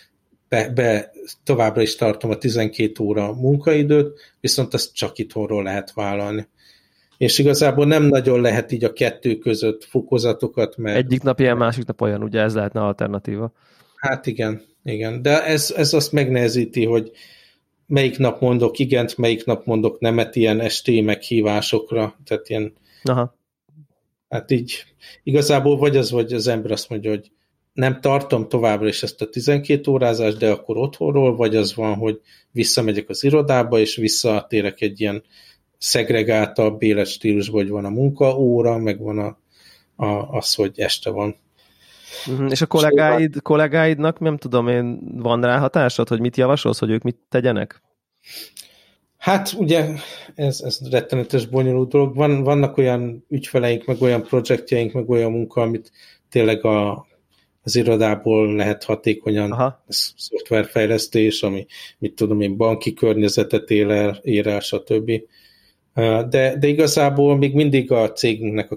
továbbra is tartom a 12 óra munkaidőt, viszont ezt csak itthonról lehet vállalni. És igazából nem nagyon lehet így a 2 között fokozatokat, mert... Egyik nap ilyen, másik nap olyan, ugye ez lehetne alternatíva. Hát igen. De ez azt megnehezíti, hogy melyik nap mondok igent, melyik nap mondok nemet ilyen esti meghívásokra, tehát ilyen... Aha. Hát így igazából vagy az ember azt mondja, hogy nem tartom továbbra is ezt a 12 órázást, de akkor otthonról, vagy az van, hogy visszamegyek az irodába, és visszatérek egy ilyen szegregáltabb életstílusba, hogy van a munkaóra, meg van az, hogy este van. És a kollégáidnak nem tudom én, van rá hatásod, hogy mit javasolsz, hogy ők mit tegyenek? Hát ugye ez rettenetes bonyolult dolog. Vannak olyan ügyfeleink, meg olyan projektjeink, meg olyan munka, amit tényleg az irodából lehet hatékonyan, szoftverfejlesztés, ami mit tudom én, banki környezetet ér el, stb. De igazából még mindig a cégünknek a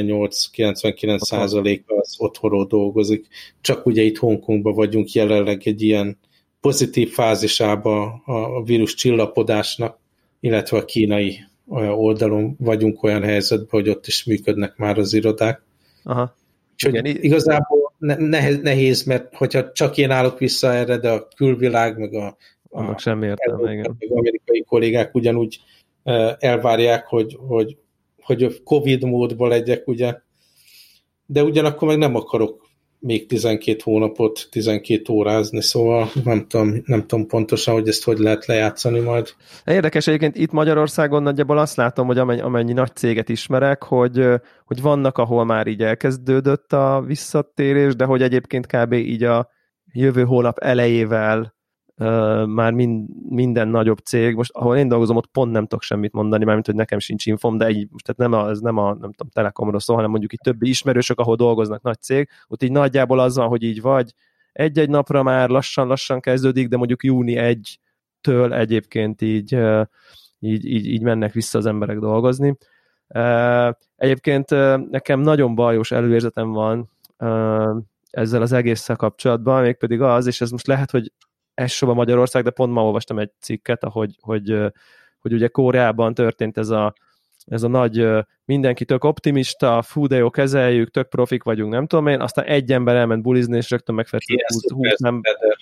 98-99% az otthonról dolgozik. Csak ugye itt Hongkongban vagyunk jelenleg egy ilyen pozitív fázisába a vírus csillapodásnak, illetve a kínai oldalon vagyunk olyan helyzetben, hogy ott is működnek már az irodák. Aha. Igen, igazából nehéz, mert hogyha csak én állok vissza erre, de a külvilág, meg annak semmi értelme, igen. Meg amerikai kollégák ugyanúgy elvárják, hogy Covid módban legyek, ugye. De ugyanakkor meg nem akarok még 12 hónapot, 12 órázni, szóval nem tudom pontosan, hogy ezt hogy lehet lejátszani majd. Érdekes egyébként itt Magyarországon nagyjából azt látom, hogy amennyi nagy céget ismerek, hogy vannak, ahol már így elkezdődött a visszatérés, de hogy egyébként kb. Így a jövő hónap elejével már minden nagyobb cég, most ahol én dolgozom, ott pont nem tudok semmit mondani, mármint, hogy nekem sincs infom, de most tehát ez nem a nem tudom, Telekomról szól, hanem mondjuk így többi ismerősök, ahol dolgoznak nagy cég, ott így nagyjából az van, hogy így vagy egy-egy napra már lassan kezdődik, de mondjuk júni 1-től egyébként így mennek vissza az emberek dolgozni. Egyébként nekem nagyon bajos előérzetem van ezzel az egésszel kapcsolatban, mégpedig az, és ez most lehet, hogy elsősorban Magyarország, de pont ma olvastam egy cikket, hogy ugye Koreában történt ez a nagy, mindenki tök optimista, fú, de jó, kezeljük, tök profik vagyunk, nem tudom én, aztán egy ember elment bulizni, és rögtön megfertőtt 20 nem.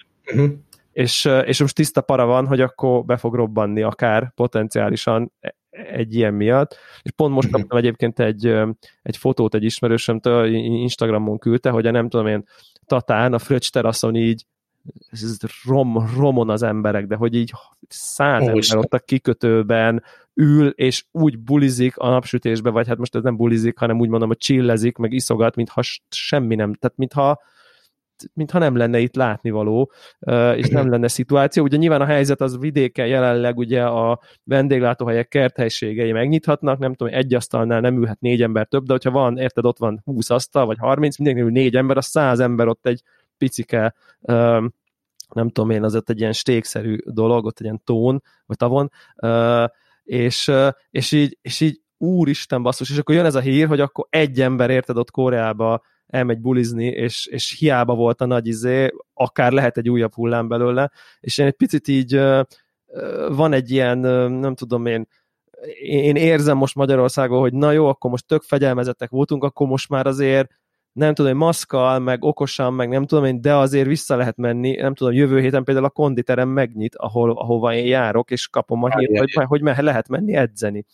És most tiszta para van, hogy akkor be fog robbanni akár potenciálisan egy ilyen miatt. És pont most kaptam egyébként egy fotót egy ismerősömtől, Instagramon küldte, hogy nem tudom én, Tatán, a Fröccs teraszon így romon az emberek, de hogy így 100 ember ott a kikötőben ül, és úgy bulizik a napsütésbe, vagy hát most ez nem bulizik, hanem úgy mondom, hogy chillezik, meg iszogat, mintha semmi nem, tehát mintha nem lenne itt látnivaló, és nem lenne szituáció. Ugye nyilván a helyzet az vidéken jelenleg ugye a vendéglátóhelyek kerthelységei megnyithatnak, nem tudom, egy asztalnál nem ülhet 4 ember több, de hogyha van, érted, ott van 20 asztal, vagy 30, mindenkinek 4 ember, az 100 ember ott egy picike, nem tudom én, az ott egy ilyen stékszerű dolog, ott egy ilyen tón, vagy tavon, és így úristen basszus, és akkor jön ez a hír, hogy akkor egy ember, érted, ott Koreába elmegy bulizni, és hiába volt a nagy akár lehet egy újabb hullám belőle, és én egy picit így van egy ilyen, nem tudom én érzem most Magyarországon, hogy na jó, akkor most tök fegyelmezettek voltunk, akkor most már azért nem tudom, hogy maszkkal, meg okosan, meg nem tudom én, de azért vissza lehet menni, nem tudom, jövő héten például a konditerem megnyit, ahova én járok, és kapom a hírt, hogy lehet menni edzeni.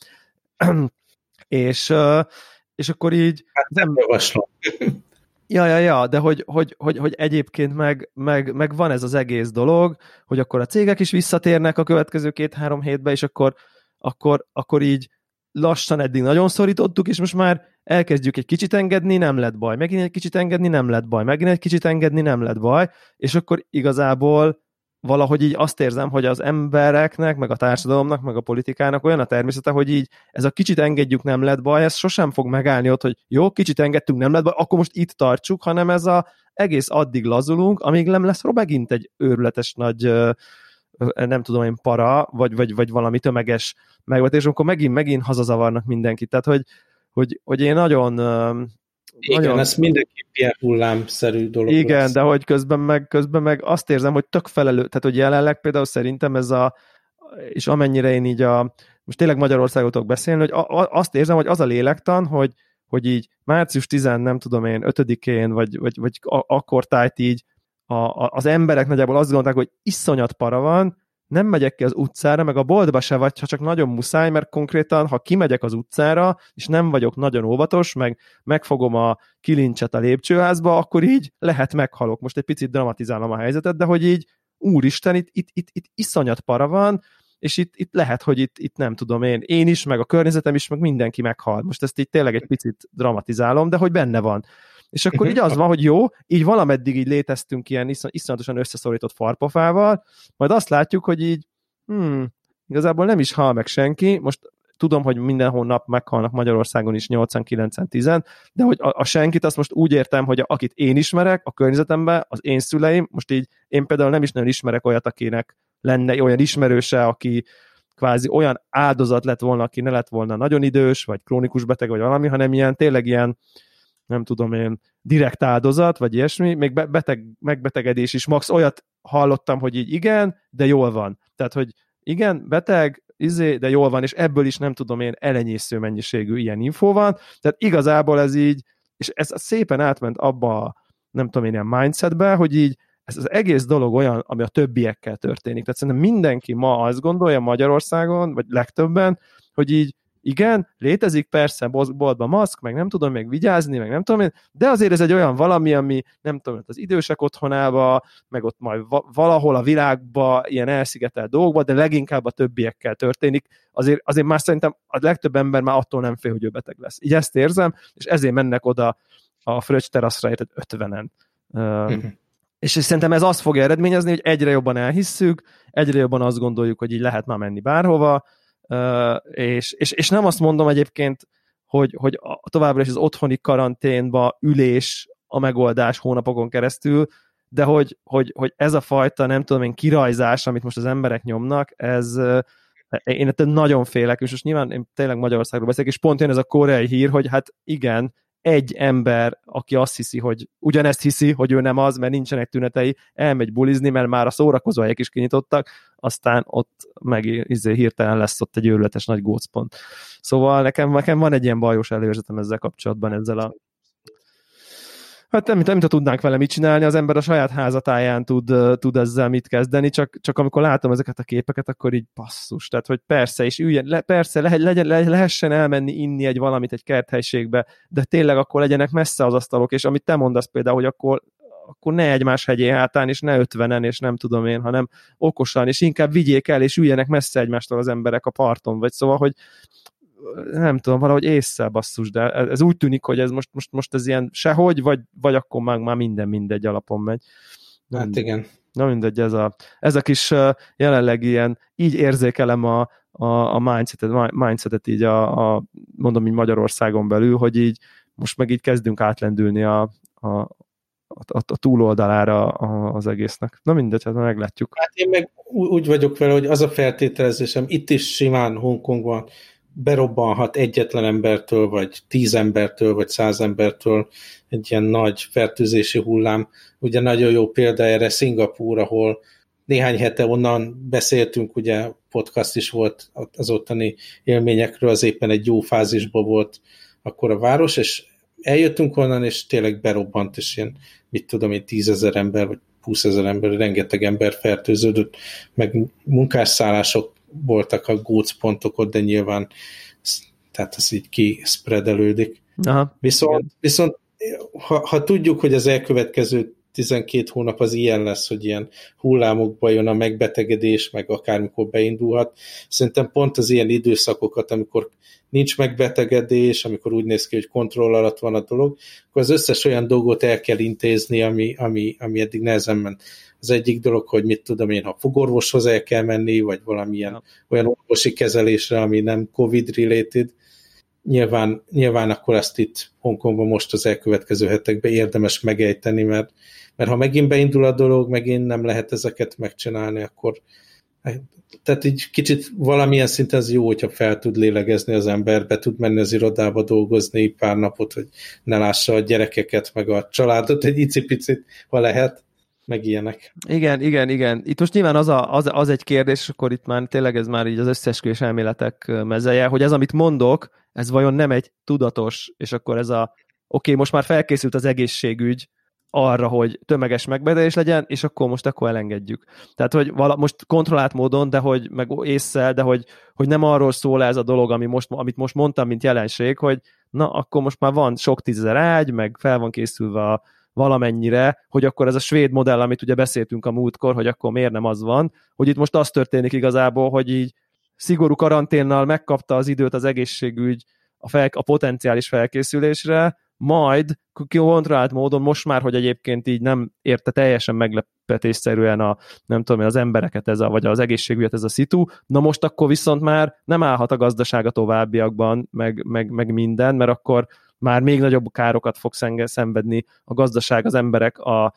és akkor így... Hát nem javaslom. Ja, de hogy egyébként meg van ez az egész dolog, hogy akkor a cégek is visszatérnek a következő 2-3 hétbe, és akkor így lassan eddig nagyon szorítottuk, és most már elkezdjük egy kicsit engedni, nem lett baj. Megint egy kicsit engedni, nem lett baj. Megint egy kicsit engedni, nem lett baj. És akkor igazából valahogy így azt érzem, hogy az embereknek, meg a társadalomnak, meg a politikának olyan a természete, hogy így ez a kicsit engedjük, nem lett baj, ez sosem fog megállni ott, hogy jó, kicsit engedtünk, nem lett baj, akkor most itt tartsuk, hanem ez az egész addig lazulunk, amíg nem lesz megint egy őrületes nagy nem tudom én para, vagy valami tömeges megvetés, akkor megint hazazavarnak mindenkit. Tehát, hogy én nagyon... Igen, ez mindenképp ilyen hullámszerű dolog. Igen, lesz. De hogy közben meg azt érzem, hogy tök felelő, tehát hogy jelenleg például szerintem ez és amennyire én így most tényleg Magyarországot tudok beszélni, hogy azt érzem, hogy az a lélektan, hogy így március 10, nem tudom én, 5-én, vagy akkor tájt így az emberek nagyjából azt gondolták, hogy iszonyat para van, nem megyek ki az utcára, meg a boltba se vagy, ha csak nagyon muszáj, mert konkrétan, ha kimegyek az utcára, és nem vagyok nagyon óvatos, meg megfogom a kilincset a lépcsőházba, akkor így lehet meghalok. Most egy picit dramatizálom a helyzetet, de hogy így, úristen, itt iszonyat para van, és itt lehet, hogy itt nem tudom én is, meg a környezetem is, meg mindenki meghal. Most ezt így tényleg egy picit dramatizálom, de hogy benne van. És akkor így az van, hogy jó, így valameddig így léteztünk ilyen iszonyatosan összeszorított farpofával, majd azt látjuk, hogy így igazából nem is hal meg senki, most tudom, hogy minden hónap meghalnak Magyarországon is 8-9-10, de hogy a senkit azt most úgy értem, hogy akit én ismerek a környezetemben, az én szüleim, most így én például nem is nagyon ismerek olyat, akinek lenne olyan ismerőse, aki kvázi olyan áldozat lett volna, aki ne lett volna nagyon idős, vagy krónikus beteg, vagy valami, hanem ilyen tényleg ilyen, nem tudom én, direkt áldozat, vagy ilyesmi, még megbetegedés is. Max olyat hallottam, hogy így igen, de jól van. Tehát, hogy igen, beteg, de jól van, és ebből is nem tudom én, elenyésző mennyiségű ilyen infó van. Tehát igazából ez így, és ez szépen átment abba a, nem tudom én, ilyen mindsetbe, hogy így ez az egész dolog olyan, ami a többiekkel történik. Tehát szerintem mindenki ma azt gondolja Magyarországon, vagy legtöbben, hogy így igen, létezik persze boltban maszk, meg nem tudom még vigyázni, meg nem tudom én, de azért ez egy olyan valami, ami nem tudom, az idősek otthonába, meg ott majd valahol a világba ilyen elszigetelt dolgokba, de leginkább a többiekkel történik. Azért már szerintem a legtöbb ember már attól nem fél, hogy ő beteg lesz. Így ezt érzem, és ezért mennek oda a Fröccs teraszra, érted 50-en. És szerintem ez azt fogja eredményezni, hogy egyre jobban elhisszük, egyre jobban azt gondoljuk, hogy így lehet már menni bárhova, és nem azt mondom egyébként, hogy továbbra is az otthoni karanténba ülés a megoldás hónapokon keresztül, de hogy ez a fajta, nem tudom én, kirajzás, amit most az emberek nyomnak, én ettől nagyon félek, és most nyilván én tényleg Magyarországról beszélek, és pont jön ez a koreai hír, hogy hát igen, egy ember, aki azt hiszi, hogy ugyanezt hiszi, hogy ő nem az, mert nincsenek tünetei, elmegy bulizni, mert már a szórakozóhelyek is kinyitottak, aztán ott meg hirtelen lesz ott egy őrületes nagy gócpont. Szóval nekem van egy ilyen bajos előérzetem ezzel kapcsolatban, ezzel a... Hát nem ha tudnánk vele mit csinálni, az ember a saját házatáján tud ezzel mit kezdeni, csak amikor látom ezeket a képeket, akkor így basszus. Tehát, hogy persze, és üljön, persze lehessen elmenni inni egy valamit egy kerthelyiségbe, de tényleg akkor legyenek messze az asztalok, és amit te mondasz például, hogy akkor ne egymás hegyén hátán, és ne 50-en, és nem tudom én, hanem okosan, és inkább vigyék el, és üljenek messze egymástól az emberek a parton, vagy szóval, hogy nem tudom, valahogy észre basszus, de ez úgy tűnik, hogy ez most ez ilyen sehogy, vagy akkor már minden mindegy alapon megy. Hát igen. Na mindegy, ez a kis jelenleg ilyen, így érzékelem a mindsetet így mondom így Magyarországon belül, hogy így most meg így kezdünk átlendülni a túloldalára az egésznek. Na mindegy, hát meglátjuk. Hát én meg úgy vagyok vele, hogy az a feltételezésem, itt is simán Hongkongban berobbanhat egyetlen embertől, vagy 10 embertől, vagy 100 embertől egy ilyen nagy fertőzési hullám. Ugye nagyon jó példa erre Szingapúr, ahol néhány hete onnan beszéltünk, ugye podcast is volt az ottani élményekről, az éppen egy jó fázisban volt akkor a város, és eljöttünk onnan, és tényleg berobbant, és ilyen, mit tudom én, 10 000 ember, vagy 20 000 ember, rengeteg ember fertőződött, meg munkásszállások voltak a gócpontokon, de nyilván tehát ez így kispreadelődik. Viszont ha tudjuk, hogy az elkövetkező 12 hónap az ilyen lesz, hogy ilyen hullámokba jön a megbetegedés, meg akármikor beindulhat, szerintem pont az ilyen időszakokat, amikor nincs megbetegedés, amikor úgy néz ki, hogy kontroll alatt van a dolog, akkor az összes olyan dolgot el kell intézni, ami eddig nehezen ment. Az egyik dolog, hogy mit tudom én, ha fogorvoshoz el kell menni, vagy valamilyen olyan orvosi kezelésre, ami nem COVID-related, nyilván akkor ezt itt Hongkongban most az elkövetkező hetekben érdemes megejteni, mert ha megint beindul a dolog, megint nem lehet ezeket megcsinálni, akkor tehát így kicsit valamilyen szinten ez jó, hogyha fel tud lélegezni az ember, be tud menni az irodába dolgozni pár napot, hogy ne lássa a gyerekeket, meg a családot egy icipicit, ha lehet, meg ilyenek. Igen. Itt most nyilván az egy kérdés, és akkor itt már tényleg ez már így az összeesküvés elméletek mezeje, hogy ez, amit mondok, ez vajon nem egy tudatos, és akkor ez oké, most már felkészült az egészségügy arra, hogy tömeges megbetegedés legyen, és akkor elengedjük. Tehát, hogy most kontrollált módon, de hogy meg ésszel, de hogy nem arról szól ez a dolog, amit most mondtam, mint jelenség, hogy na, akkor most már van sok 10 000 ágy, meg fel van készülve valamennyire, hogy akkor ez a svéd modell, amit ugye beszéltünk a múltkor, hogy akkor miért nem az van, hogy itt most az történik igazából, hogy így szigorú karanténnal megkapta az időt az egészségügy a potenciális felkészülésre, majd kontrollált módon most már, hogy egyébként így nem érte teljesen meglepetésszerűen nem tudom én, az embereket vagy az egészségügyet ez a szitu, na most akkor viszont már nem állhat a gazdasága továbbiakban, meg minden, mert akkor már még nagyobb károkat fog szenvedni a gazdaság, az emberek,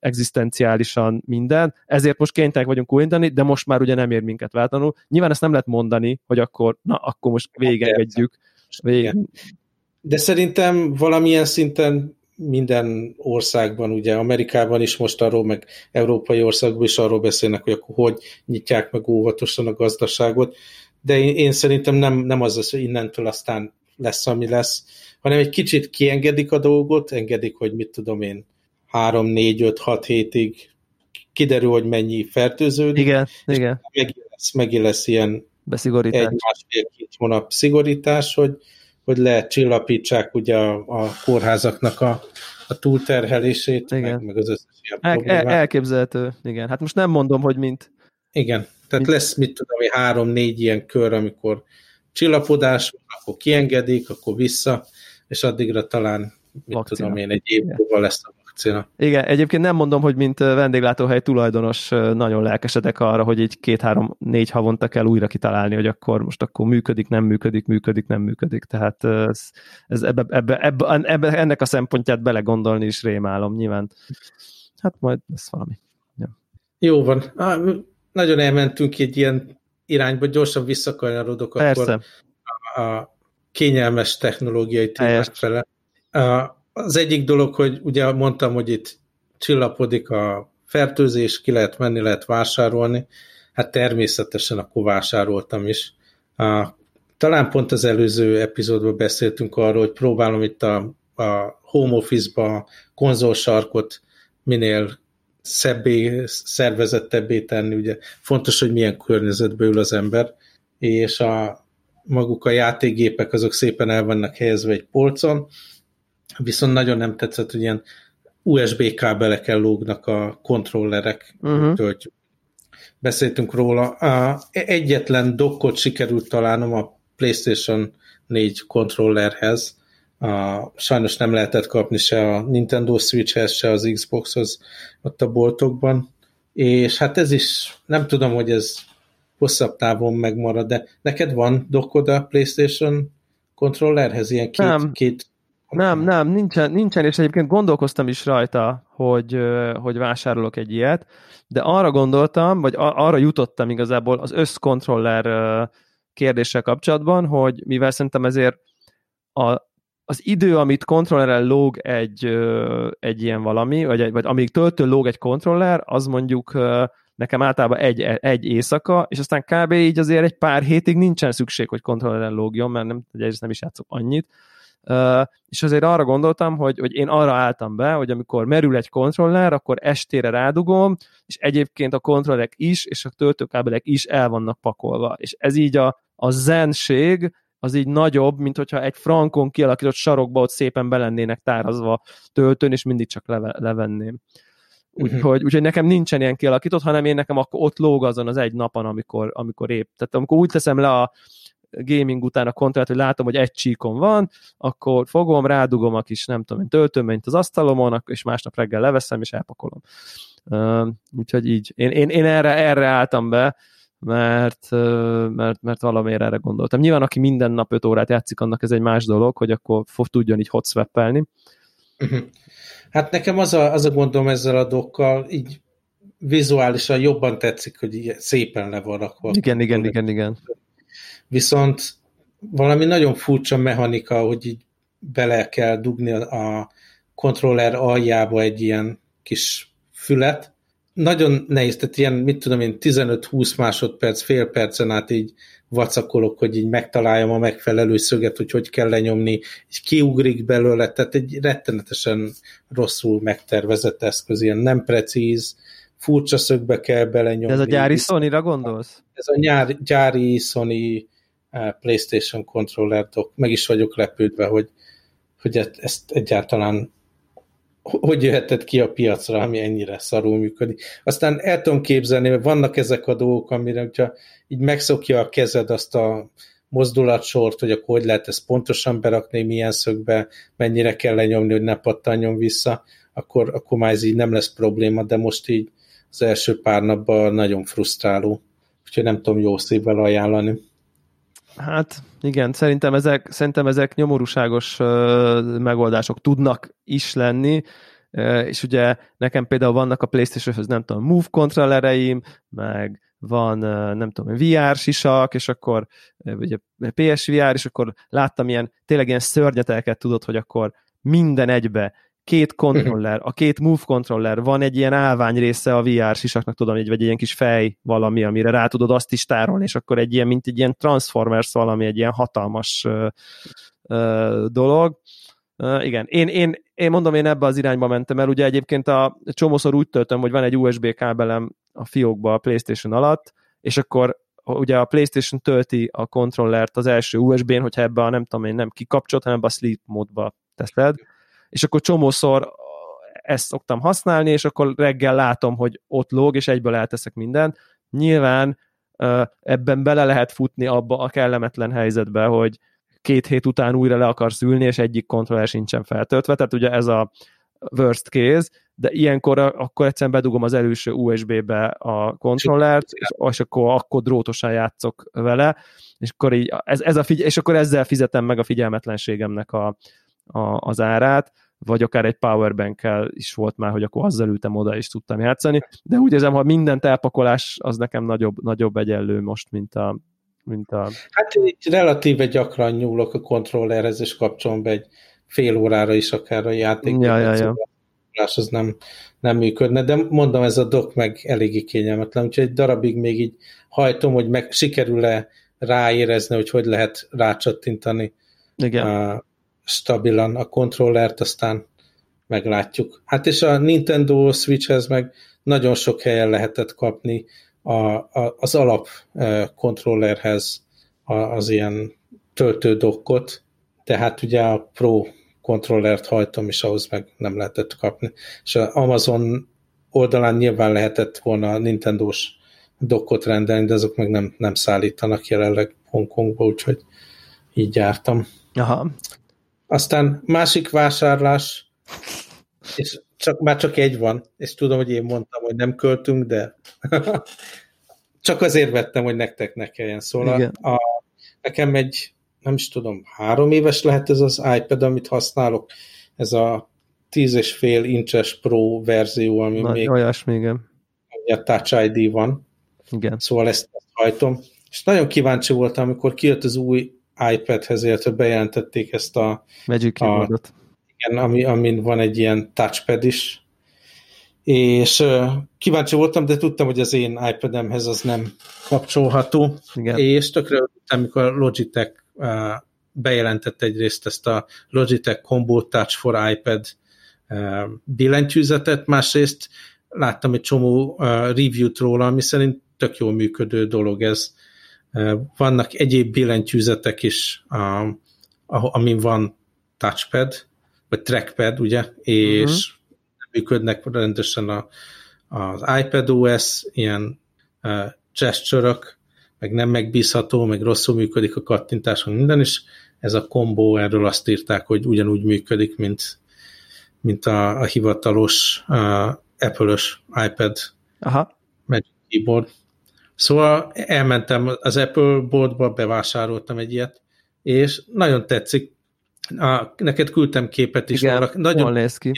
egzisztenciálisan minden, ezért most kénytelenek vagyunk újítani, de most már ugye nem ér minket váltanul. Nyilván ezt nem lehet mondani, hogy akkor most végigengedjük. De szerintem valamilyen szinten minden országban, ugye Amerikában is most arról, meg európai országban is arról beszélnek, hogy akkor hogy nyitják meg óvatosan a gazdaságot, de én szerintem nem az, hogy innentől aztán lesz, ami lesz, hanem egy kicsit kiengedik a dolgot, engedik, hogy mit tudom én, 3, 4, 5, 6 hétig kiderül, hogy mennyi fertőződik. Igen. Megint lesz ilyen beszigorítás. 1-1,5-2 hónap szigorítás, hogy lecsillapítsák ugye a kórházaknak a túlterhelését, meg az összes ilyen problémát. Elképzelhető, igen. Hát most nem mondom, hogy mint. Igen, tehát lesz, mit tudom, 3-4 ilyen kör, amikor csillapodás van, akkor kiengedik, akkor vissza, és addigra talán, tudom én, egy év múlva lesz a vakcina. Igen, egyébként nem mondom, hogy mint vendéglátóhely tulajdonos nagyon lelkesedek arra, hogy így 2-3-4 havonta kell újra kitalálni, hogy akkor működik, nem működik. Tehát ennek a szempontját belegondolni is rémálom, nyilván. Hát majd lesz valami. Ja. Jó van. Nagyon elmentünk egy ilyen irányba, gyorsan visszakanyarodok akkor a kényelmes technológiai témák fele. Az egyik dolog, hogy ugye mondtam, hogy itt csillapodik a fertőzés, ki lehet menni, lehet vásárolni. Hát természetesen akkor vásároltam is. Talán pont az előző epizódban beszéltünk arról, hogy próbálom itt a home office-ba a konzolsarkot minél szebbé, szervezettebbé tenni. Ugye fontos, hogy milyen környezetbe ül az ember, és maguk a játékgépek azok szépen el vannak helyezve egy polcon, viszont nagyon nem tetszett, hogy ilyen USB kábelekkel lógnak a kontrollerek. Beszéltünk róla. Egyetlen dockot sikerült találnom a PlayStation 4 kontrollerhez. Sajnos nem lehetett kapni se a Nintendo Switchhez, se az Xboxhoz ott a boltokban. És hát ez is, nem tudom, hogy ez hosszabb távon megmarad, de neked van dockod a PlayStation kontrollerhez? Ilyen két Nem, nincsen, és egyébként gondolkoztam is rajta, hogy vásárolok egy ilyet, de arra gondoltam, vagy arra jutottam igazából az összkontroller kérdéssel kapcsolatban, hogy mivel szerintem ezért az idő, amit kontrollerrel lóg egy ilyen valami, vagy amíg töltő lóg egy kontroller, az mondjuk nekem általában egy éjszaka, és aztán kb. Így azért egy pár hétig nincsen szükség, hogy kontrollerrel lógjon, mert nem is játszok annyit. És azért arra gondoltam, hogy én arra álltam be, hogy amikor merül egy kontroller, akkor estére rádugom, és egyébként a kontrollerek is, és a töltőkábelek is el vannak pakolva. És ez így a zenség, az így nagyobb, mint hogyha egy frankon kialakított sarokba ott szépen belennének tárazva töltőn, és mindig csak levenném. Úgyhogy nekem nincsen ilyen kialakított, hanem én nekem akkor ott lóg azon az egy napon, amikor épp. Tehát amikor úgy teszem le a gaming után a kontrollert, hogy látom, hogy egy csíkon van, akkor fogom, rádugom a kis, nem tudom, töltőményt az asztalomon, és másnap reggel leveszem, és elpakolom. Úgyhogy így. Én erre álltam be, mert valamiért erre gondoltam. Nyilván, aki minden nap 5 órát játszik, annak ez egy más dolog, hogy akkor tudjon így hotswappelni. Hát nekem az a gondom ezzel a dokkal, így vizuálisan jobban tetszik, hogy szépen le van rakva. Igen. Viszont valami nagyon furcsa mechanika, hogy így bele kell dugni a kontroller aljába egy ilyen kis fület. Nagyon nehéz, tehát ilyen, mit tudom én, 15-20 másodperc, fél percen át így vacakolok, hogy így megtaláljam a megfelelő szöget, hogy kell lenyomni, és kiugrik belőle, tehát egy rettenetesen rosszul megtervezett eszköz, ilyen nem precíz, furcsa szögbe kell belenyomni. De ez a gyári Sony-ra gondolsz? Ez a gyári Sony PlayStation controller dock. Meg is vagyok lepődve, hogy ezt egyáltalán hogy jöhetett ki a piacra, ami ennyire szarul működik. Aztán el tudom képzelni, hogy vannak ezek a dolgok, amire, hogyha így megszokja a kezed azt a mozdulatsort, hogy akkor hogy lehet ezt pontosan berakni, milyen szögbe, mennyire kell lenyomni, hogy ne pattanjon vissza, akkor már ez így nem lesz probléma, de most így az első pár napban nagyon frusztráló. Úgyhogy nem tudom jó szívvel ajánlani. Hát igen, szerintem ezek nyomorúságos megoldások tudnak is lenni. és ugye nekem például vannak a PlayStation-höz, nem tudom, Move kontrollereim, meg van, nem tudom, VR sisak, és akkor ugye PSVR, és akkor láttam tényleg ilyen szörnyetelket, tudod, hogy akkor minden egybe, két kontroller, a két Move kontroller, van egy ilyen állvány része a VR sisaknak, tudom, vagy egy ilyen kis fej valami, amire rá tudod azt is tárolni, és akkor egy ilyen, mint egy ilyen Transformers valami, egy ilyen hatalmas dolog. Igen, én mondom, én ebbe az irányba mentem el, ugye egyébként csomószor úgy töltöm, hogy van egy USB kábelem a fiókba a PlayStation alatt, és akkor ugye a PlayStation tölti a kontrollert az első USB-n, hogyha ebbe a nem tudom én nem kikapcsolt, hanem ebbe a sleep módba teszed, és akkor csomószor ezt szoktam használni, és akkor reggel látom, hogy ott lóg, és egyből elteszek mindent. Nyilván ebben bele lehet futni abba a kellemetlen helyzetbe, hogy 2 hét után újra le akarsz ülni, és egyik kontroller sincsen feltöltve, tehát ugye ez a worst case, de ilyenkor akkor egyszerűen bedugom az előső USB-be a kontrollert, és akkor drótosan játszok vele, és akkor, így, és akkor ezzel fizetem meg a figyelmetlenségemnek az árát, vagy akár egy powerbank-kel is volt már, hogy akkor azzal ültem oda, és tudtam játszani, de úgy érzem, hogy mindent elpakolás az nekem nagyobb egyenlő most, mint a... Hát így relatíve gyakran nyúlok a kontrollerhez, és kapcsolom be egy fél órára is akár a játékot. Az nem működne, de mondom, ez a dock meg eléggé kényelmetlen, úgyhogy egy darabig még így hajtom, hogy meg sikerül-e ráérezni, hogy lehet rácsattintani stabilan a kontrollert, aztán meglátjuk. Hát és a Nintendo Switchhez meg nagyon sok helyen lehetett kapni az alap kontrollerhez az ilyen töltődokkot, tehát ugye a Pro kontrollert hajtom, és ahhoz meg nem lehetett kapni. És az Amazon oldalán nyilván lehetett volna a Nintendo-s dokkot rendelni, de azok meg nem szállítanak jelenleg Hongkongba, úgyhogy így jártam. Aha. Aztán másik vásárlás, és már csak egy van, és tudom, hogy én mondtam, hogy nem költünk, de csak azért vettem, hogy nektek ne kelljen. Szóval nekem nem is tudom, 3 éves lehet ez az iPad, amit használok, ez a 10,5 incses Pro verzió, ami még olyasmi, igen. A Touch ID van. Igen. Szóval ezt hajtom. És nagyon kíváncsi voltam, amikor kijött az új iPadhez, illetve bejelentették ezt a Magic Keyboardot. Igen, amin van egy ilyen touchpad is. És kíváncsi voltam, de tudtam, hogy az én iPad-emhez az nem kapcsolható. Igen. És tökre örültem, amikor a Logitech bejelentette egyrészt ezt a Logitech Combo Touch for iPad billentyűzetet, másrészt láttam egy csomó review-t róla, ami szerint tök jól működő dolog ez. Vannak egyéb billentyűzetek is, amin van touchpad, vagy trackpad, ugye, és működnek rendesen az iPadOS, ilyen gesture-ök, meg nem megbízható, meg rosszul működik a kattintás, minden is. Ez a kombó, erről azt írták, hogy ugyanúgy működik, mint a hivatalos Apple-ös iPad Magic Keyboard. Szóval elmentem az Apple boardba, bevásároltam egy ilyet, és nagyon tetszik. Neked küldtem képet is. Igen, nagyon néz ki.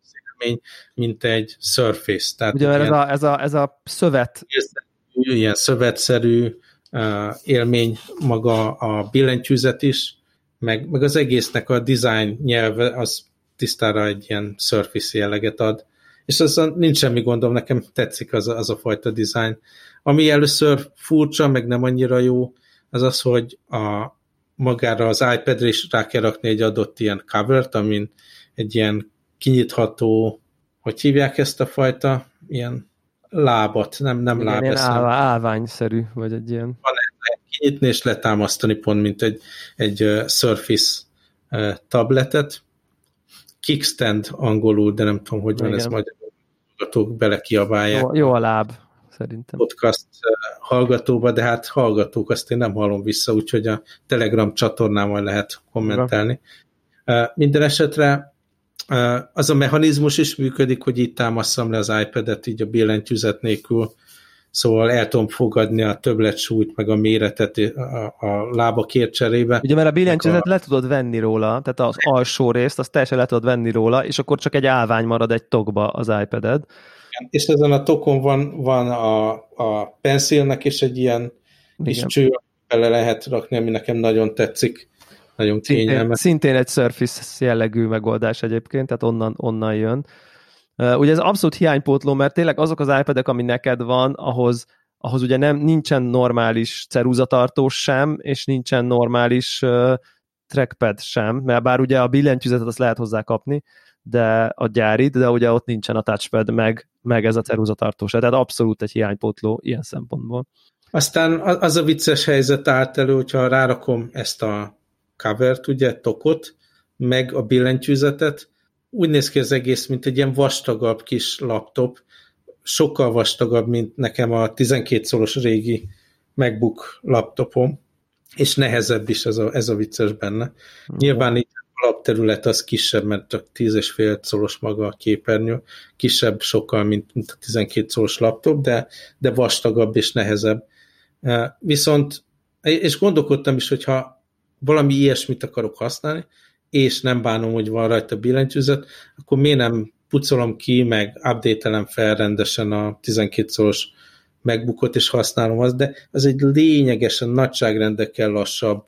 Mint egy Surface. Tehát ugye ez a szövet. Ilyen szövetszerű élmény maga a billentyűzet is, meg az egésznek a design nyelve, az tisztára egy ilyen Surface jelleget ad. És az nincs semmi gondom, nekem tetszik az a fajta design. Ami először furcsa, meg nem annyira jó, az, hogy magára az iPad-re is rá kell rakni egy adott ilyen covert, amin egy ilyen kinyitható, hogy hívják ezt a fajta, ilyen lábat, nem igen, láb. Ilyen állványszerű, vagy egy ilyen. Van lehet kinyitni és letámasztani pont, mint egy Surface tabletet. Kickstand angolul, de nem tudom, hogy igen. Van ez majd hallgatók belekiabálják. Jó a láb, szerintem. Podcast hallgatóba, de hát hallgatók, azt én nem hallom vissza, úgyhogy a Telegram csatornán lehet kommentelni. Minden esetre az a mechanizmus is működik, hogy így támasszam le az iPad-et így a billentyűzet nélkül, szóval el tudom fogadni a többlet-súlyt, meg a méretet a lábakért cserébe. Ugye, mert a billentyűzetet le tudod venni róla, tehát az alsó részt, azt teljesen le tudod venni róla, és akkor csak egy állvány marad egy tokba az iPad-ed. És ezen a tokon van a pencilnek is egy ilyen kis cső, bele lehet rakni, ami nekem nagyon tetszik. Nagyon kényelmes. Szintén egy Surface jellegű megoldás egyébként, tehát onnan jön. Ugye ez abszolút hiánypótló, mert tényleg azok az iPad-ek, ami neked van, ahhoz ugye nincsen normális ceruzatartós sem, és nincsen normális trackpad sem, mert bár ugye a billentyűzetet azt lehet hozzá kapni, de a gyárit, de ugye ott nincsen a touchpad, meg ez a ceruzatartós. Tehát abszolút egy hiánypótló ilyen szempontból. Aztán az a vicces helyzet állt elő, hogyha rárakom ezt a covert, ugye, tokot, meg a billentyűzetet, úgy néz ki az egész, mint egy ilyen vastagabb kis laptop, sokkal vastagabb, mint nekem a 12 szoros régi MacBook laptopom, és nehezebb is ez a vicces benne. Nyilván így a lapterület az kisebb, mert csak 10,5 szoros maga a képernyő, kisebb sokkal, mint a 12 szoros laptop, de vastagabb és nehezebb. Viszont, és gondolkodtam is, hogyha valami ilyesmit akarok használni, és nem bánom, hogy van rajta billentyűzet, akkor miért nem pucolom ki, meg update-elem fel rendesen a 12 szoros MacBookot, és használom azt, de az egy lényegesen nagyságrendekkel lassabb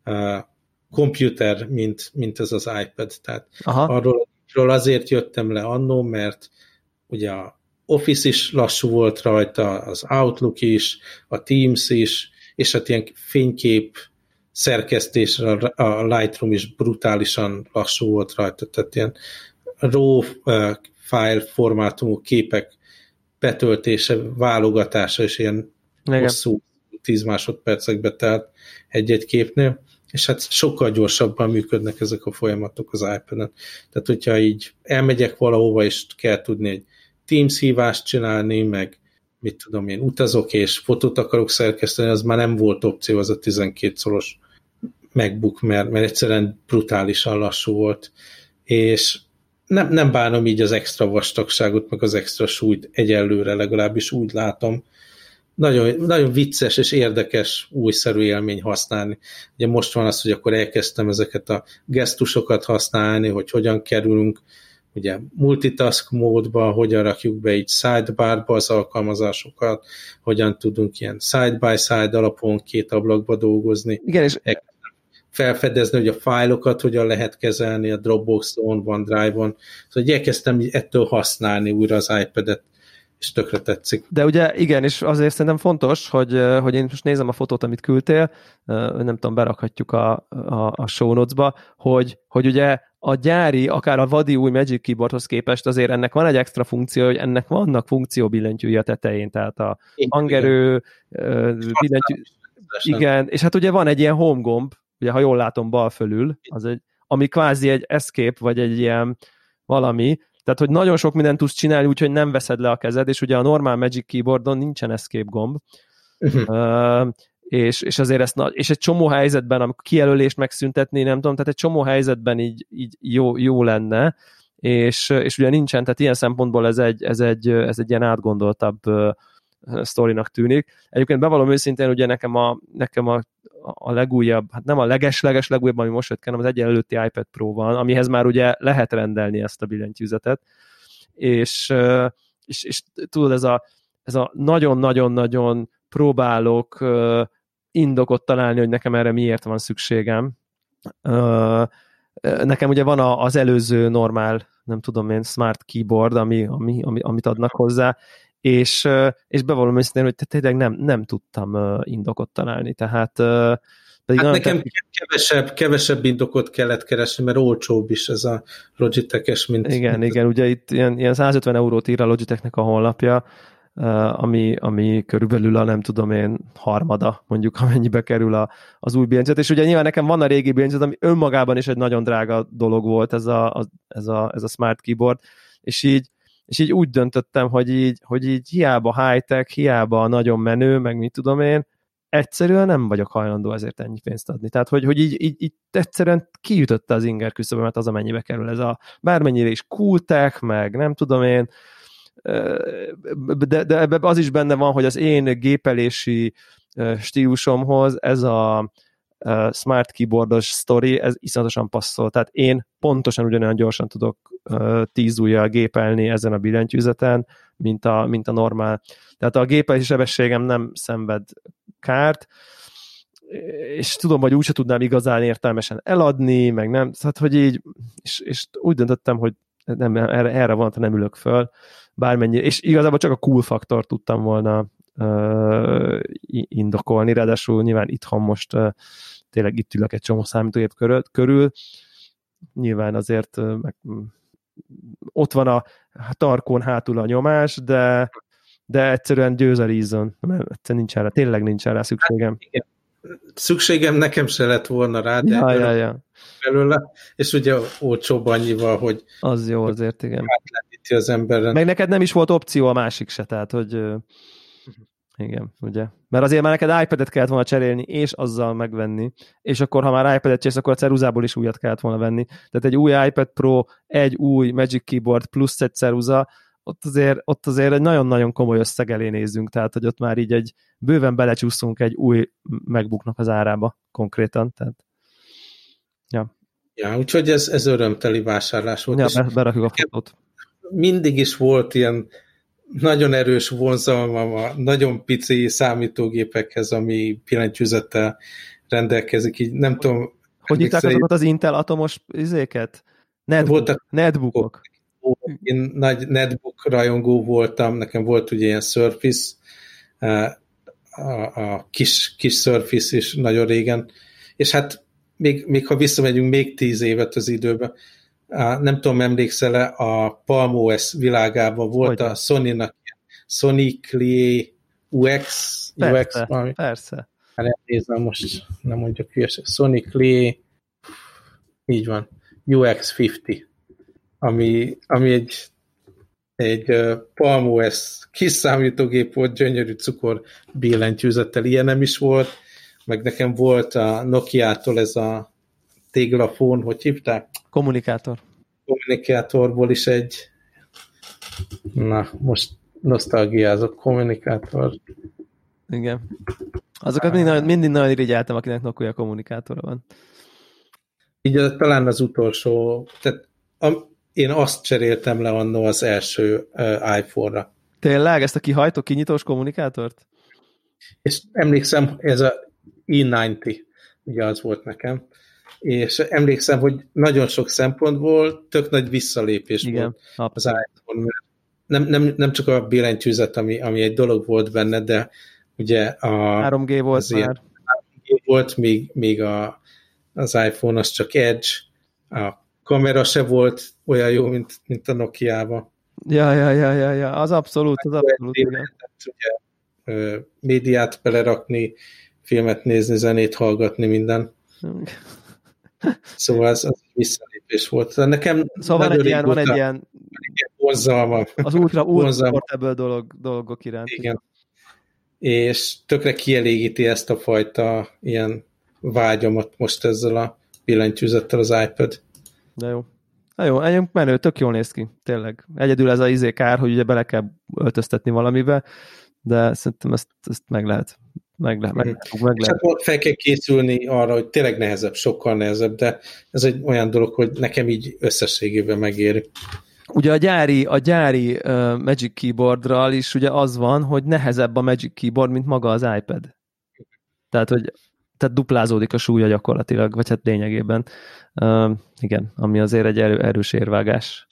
komputer, mint ez az iPad. Tehát arról azért jöttem le annó, mert ugye a Office is lassú volt rajta, az Outlook is, a Teams is, és hát ilyen fénykép szerkesztésre a Lightroom is brutálisan lassú volt rajta, tehát ilyen RAW file formátumú képek betöltése, válogatása és ilyen hosszú 10 másodpercekbe telt egy-egy képnél, és hát sokkal gyorsabban működnek ezek a folyamatok az iPad-en. Tehát, hogyha így elmegyek valahova, és kell tudni egy Teams hívást csinálni, meg mit tudom én, utazok, és fotót akarok szerkeszteni, az már nem volt opció, az a 12 szoros MacBook, mert egyszerűen brutálisan lassú volt, és nem bánom így az extra vastagságot, meg az extra súlyt egyelőre, legalábbis úgy látom. Nagyon, nagyon vicces és érdekes újszerű élmény használni. Ugye most van az, hogy akkor elkezdtem ezeket a gesztusokat használni, hogy hogyan kerülünk ugye multitask módba, hogyan rakjuk be így sidebarba az alkalmazásokat, hogyan tudunk ilyen side-by-side alapon két ablakba dolgozni. Igen, és felfedezni, hogy a fájlokat hogyan lehet kezelni a Dropbox-on, OneDrive-on. Szóval elkezdtem ettől használni újra az iPad-et, és tökre tetszik. De ugye igen, és azért szerintem fontos, hogy én most nézem a fotót, amit küldtél, nem tudom, berakhatjuk a show notes-ba, hogy ugye a gyári, akár a vadi új Magic Keyboardhoz képest azért ennek van egy extra funkció, hogy ennek vannak funkcióbillentyűi a tetején, tehát a hangerő, billentyű, igen, és hát ugye van egy ilyen home gomb, ugye ha jól látom bal fölül, ami kvázi egy escape, vagy egy ilyen valami, tehát hogy nagyon sok mindent tudsz csinálni, úgyhogy nem veszed le a kezed, és ugye a normál Magic Keyboardon nincsen escape gomb, és azért ezt és egy csomó helyzetben, amikor kijelölést megszüntetni, nem tudom, tehát egy csomó helyzetben így jó lenne, és ugye nincsen, tehát ilyen szempontból ez egy ilyen átgondoltabb sztorinak tűnik. Egyébként bevallom őszintén, ugye nekem a legújabb, hát nem a leges legújabb, ami most jött, hanem az egyen előtti iPad Pro van, amihez már ugye lehet rendelni ezt a billentyűzetet, és tudod, ez a nagyon-nagyon-nagyon próbálok indokot találni, hogy nekem erre miért van szükségem. Nekem ugye van az előző normál, nem tudom én, smart keyboard, amit adnak hozzá, és bevallom őszintén, hogy tényleg nem tudtam indokot találni, tehát pedig hát nekem kevesebb indokot kellett keresni, mert olcsóbb is ez a Logitech-es, mint... Igen, ugye itt ilyen 150 eurót ír a Logitechnek a honlapja, ami körülbelül a nem tudom én harmada, mondjuk amennyibe kerül az új billentyűzet, és ugye nyilván nekem van a régi billentyűzet, ami önmagában is egy nagyon drága dolog volt, ez a Smart Keyboard, és így úgy döntöttem, hogy így hiába high-tech, hiába nagyon menő, meg mit tudom én, egyszerűen nem vagyok hajlandó ezért ennyi pénzt adni. Tehát, hogy így egyszerűen kiütötte az inger küszöbömet az, amennyibe kerül ez bármennyire is cool tech, meg nem tudom én, de ebben az is benne van, hogy az én gépelési stílusomhoz ez a smart keyboardos sztori, ez iszonyatosan passzol. Tehát én pontosan ugyanolyan gyorsan tudok 10 ujjal gépelni ezen a billentyűzeten, mint a normál. Tehát a gépelési sebességem nem szenved kárt, és tudom, hogy úgyse tudnám igazán értelmesen eladni, meg nem, tehát hogy így, és úgy döntöttem, hogy nem, erre vonatra nem ülök föl, bármennyi, és igazából csak a cool faktor tudtam volna indokolni, ráadásul nyilván itthon most tényleg itt ülök egy csomó számítógép körül, nyilván azért ott van a tarkón hátul a nyomás, de egyszerűen győz a reason, mert egyszerűen tényleg nincs rá szükségem. Igen. Szükségem nekem se lett volna rá, de belőle, és ugye olcsóbb annyival, hogy az jó azért, igen. Átlendíti az emberen. Meg neked nem is volt opció a másik se, tehát, hogy igen, ugye. Mert azért már neked iPad-et kellett volna cserélni, és azzal megvenni, és akkor, ha már iPad-et cserélsz, akkor a ceruzából is újat kellett volna venni. Tehát egy új iPad Pro, egy új Magic Keyboard plusz egy ceruza, ott azért egy nagyon-nagyon komoly összeg elé nézzünk, tehát, hogy ott már így bőven belecsúszunk egy új MacBooknak az árába konkrétan, tehát Ja, úgyhogy ez örömteli vásárlás volt. Ja, berakjuk a fotót. Mindig is volt ilyen nagyon erős vonzalmam a nagyon pici számítógépekhez, ami billentyűzettel rendelkezik, így nem tudom. Hogy hívták azokat az Intel atomos izéket? Netbookok. Én nagy netbook rajongó voltam, nekem volt ugye ilyen Surface, a kis Surface is nagyon régen, és hát még ha visszamegyünk még 10 évet az időben, nem tudom, emlékszel-e, a Palm OS világában volt a Sony-nak Sony Clié UX? Persze. Hát nézem most, nem mondjuk hülyeség. Sony Clié, így van, UX50, ami egy Palm OS kis számítógép volt, gyönyörű cukor billentyűzettel, ilyen nem is volt, meg nekem volt a Nokia-tól ez a téglafón, hogy hívták? Kommunikátorból is egy, na, most nosztalgiázok, kommunikátor. Igen. Azokat mindig nagyon irigyeltem, akinek Nokia kommunikátora van. Így talán az utolsó, tehát én azt cseréltem le annó az első iPhone-ra. Tényleg? Ezt a kihajtó, kinyitós kommunikátort? És emlékszem, ez a E90, ugye az volt nekem, és emlékszem, hogy nagyon sok szempontból tök nagy visszalépés volt az iPhone, mert nem csak a billentyűzet, ami egy dolog volt benne, de ugye a 3G volt már. 3G volt, még az iPhone az csak Edge, a kamera se volt olyan jó, mint a Nokia-ban. Ja, az abszolút, igen. Ugye, médiát belerakni, filmet nézni, zenét hallgatni, minden. Szóval ez visszalépés volt. Nekem szóval van egy ilyen vonzalmam. Az ultra portable dolgok iránt. Igen. És tökre kielégíti ezt a fajta ilyen vágyamat most ezzel a billentyűzettel az iPad. De jó. Na jó, egy menő, tök jól néz ki, tényleg. Egyedül ez a kár, hogy ugye bele kell öltöztetni valamibe, de szerintem ezt meg lehet. Hát fel kell készülni arra, hogy tényleg nehezebb, sokkal nehezebb, de ez egy olyan dolog, hogy nekem így összességében megéri. Ugye a gyári Magic Keyboardral is ugye az van, hogy nehezebb a Magic Keyboard, mint maga az iPad. Tehát duplázódik a súlya gyakorlatilag, vagy hát lényegében. Igen, ami azért egy erős érvágás.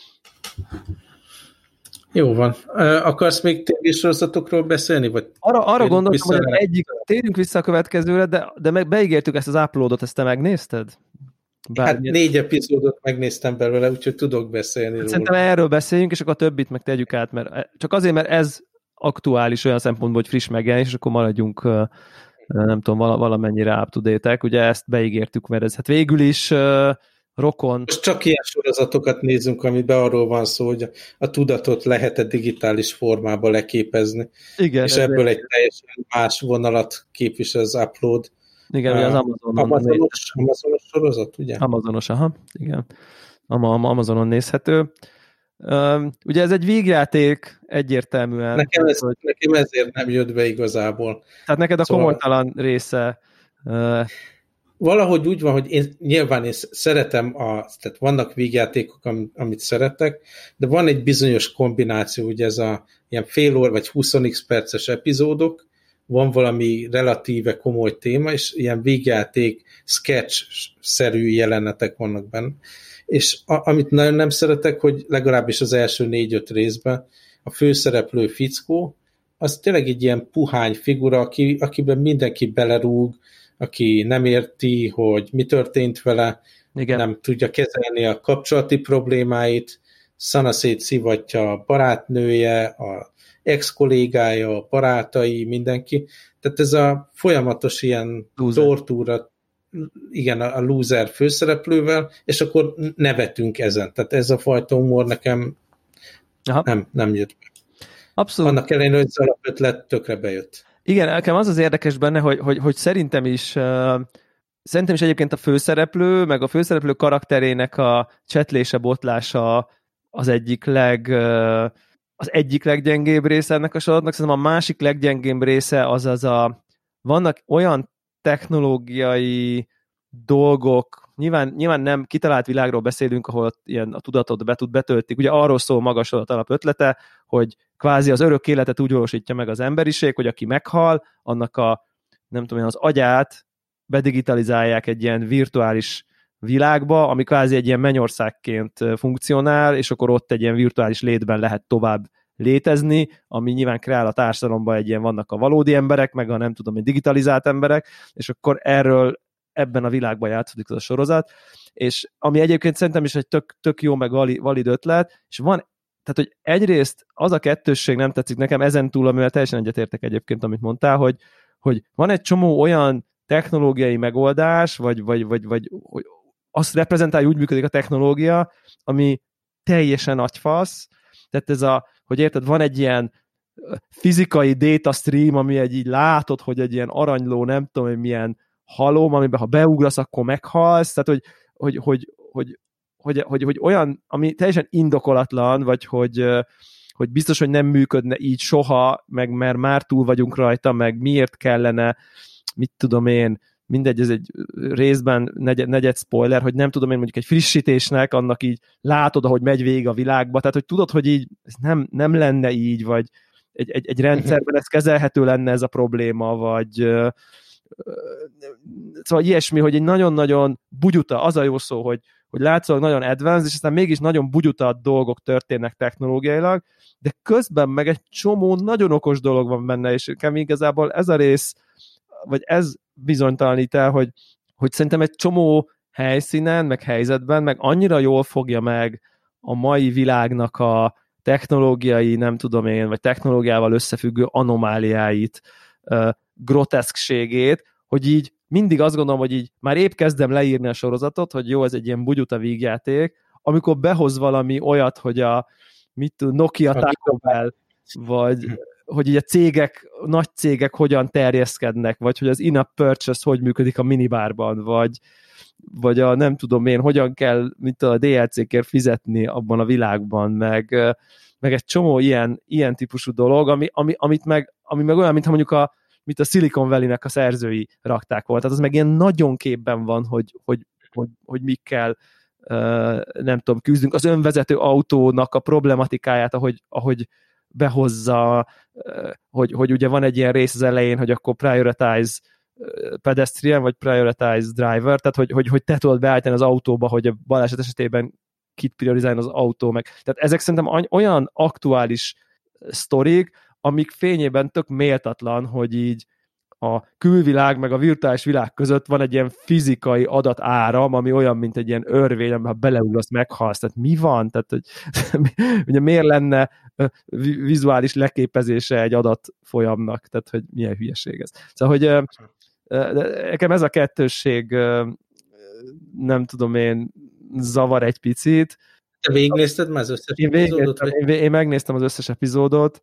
Jó van. Akarsz még tévésorozatokról beszélni? Vagy arra gondoltam, hogy térjünk vissza a következőre, de beígértük ezt az uploadot, ezt te megnézted? Hát 4 epizódot megnéztem belőle, úgyhogy tudok beszélni róla. Szerintem erről beszéljünk, és akkor a többit meg tegyük át, csak azért, mert ez aktuális olyan szempontból, hogy friss megjelenés, és akkor maradjunk, nem tudom, valamennyire up-to-date-ek. Ugye ezt beígértük, mert ez hát végül is rokon. Most csak ilyen sorozatokat nézzünk, amiben arról van szó, hogy a tudatot lehet-e digitális formába leképezni. Igen, és ebből egy teljesen más vonalat képvisel az upload. Igen, ugye az Amazonos sorozat, ugye? Amazonos, aha, igen. Amazonon nézhető. Ugye ez egy vígjáték egyértelműen. Nekem ezért nem jött be igazából. Tehát neked a komolytalan része... Valahogy úgy van, hogy nyilván szeretem, tehát vannak vígjátékok, amit szeretek, de van egy bizonyos kombináció, ugye ez ilyen fél óra vagy 20x perces epizódok, van valami relatíve komoly téma, és ilyen vígjáték, sketch-szerű jelenetek vannak benne. És amit nagyon nem szeretek, hogy legalábbis az első 4-5 részben a főszereplő fickó, az tényleg egy ilyen puhány figura, akiben mindenki belerúg, aki nem érti, hogy mi történt vele, igen. Nem tudja kezelni a kapcsolati problémáit, szanaszét szivatja a barátnője, a ex-kollégája, a barátai, mindenki. Tehát ez a folyamatos ilyen tortúra, igen, a loser főszereplővel, és akkor nevetünk ezen. Tehát ez a fajta humor nekem nem jött be. Abszolút. Annak ellenére, hogy az alapötlet tökre bejött. Igen, nekem az érdekes benne, hogy szerintem is egyébként a főszereplő, meg a főszereplő karakterének a csetlése, botlása az egyik leggyengébb része ennek a sorozatnak. Szerintem a másik leggyengébb része vannak olyan technológiai dolgok, nyilván nem kitalált világról beszélünk, ahol ilyen a tudatot betöltik. Ugye arról szól maga a sorozat alapötlete, hogy kvázi az örök életet úgy valósítja meg az emberiség, hogy aki meghal, annak nem tudom én, az agyát bedigitalizálják egy ilyen virtuális világba, ami kvázi egy ilyen mennyországként funkcionál, és akkor ott egy ilyen virtuális létben lehet tovább létezni, ami nyilván kreál a társadalomban vannak a valódi emberek, meg a nem tudom én digitalizált emberek, és akkor ebben a világban játszódik az a sorozat, és ami egyébként szerintem is egy tök jó, meg valid ötlet, és van, tehát hogy egyrészt az a kettősség nem tetszik nekem ezen túl, amivel teljesen egyetértek egyébként, amit mondtál, hogy van egy csomó olyan technológiai megoldás, vagy hogy azt reprezentálja, úgy működik a technológia, ami teljesen agyfasz, tehát hogy érted, van egy ilyen fizikai data stream, ami így látod, hogy egy ilyen aranyló, nem tudom, hogy milyen halom, amiben ha beugrasz, akkor meghalsz, tehát hogy olyan, ami teljesen indokolatlan, vagy hogy biztos, hogy nem működne így soha, meg mert már túl vagyunk rajta, meg miért kellene, mit tudom én, mindegy, ez egy részben negyed spoiler, hogy nem tudom én mondjuk egy frissítésnek, annak így látod, ahogy megy végig a világba, tehát hogy tudod, hogy így ez nem lenne így, vagy egy rendszerben ez kezelhető lenne ez a probléma, vagy szóval ilyesmi, hogy egy nagyon-nagyon bugyuta, az a jó szó, hogy látszólag nagyon advanced, és aztán mégis nagyon bugyuta dolgok történnek technológiailag, de közben meg egy csomó nagyon okos dolog van benne, és nekem igazából ez a rész, vagy ez bizonytalanít el, hogy szerintem egy csomó helyszínen, meg helyzetben, meg annyira jól fogja meg a mai világnak a technológiai, nem tudom én, vagy technológiával összefüggő anomáliáit, groteszkségét, hogy így mindig azt gondolom, hogy így már épp kezdem leírni a sorozatot, hogy jó, ez egy ilyen bugyuta vígjáték, amikor behoz valami olyat, hogy Nokia Taco Bell, vagy hogy így a cégek, nagy cégek hogyan terjeszkednek, vagy hogy az in-app purchase hogy működik a minibárban, vagy a nem tudom én, hogyan kell a DLC-kért fizetni abban a világban, meg egy csomó ilyen típusú dolog, ami meg olyan, mintha mondjuk mint a Silicon Valley-nek a szerzői rakták volt. Tehát az meg ilyen nagyon képben van, hogy mikkel nem tudom, küzdünk. Az önvezető autónak a problematikáját, ahogy behozza, hogy ugye van egy ilyen rész az elején, hogy akkor prioritize pedestrian, vagy prioritize driver, tehát hogy te tudod beállítani az autóba, hogy a baleset esetében kit priorizáljon az autó meg. Tehát ezek szerintem olyan aktuális sztorik, amik fényében tök méltatlan, hogy így a külvilág meg a virtuális világ között van egy ilyen fizikai adatáram, ami olyan, mint egy ilyen örvény, amiben ha beleugrasz, meghalsz. Tehát mi van? Tehát, hogy, ugye miért lenne vizuális leképezése egy adatfolyamnak? Tehát, hogy milyen hülyeség ez. Szóval, hogy nekem ez a kettősség nem tudom én, zavar egy picit. Te végignézted már az összes epizódot? Én megnéztem az összes epizódot,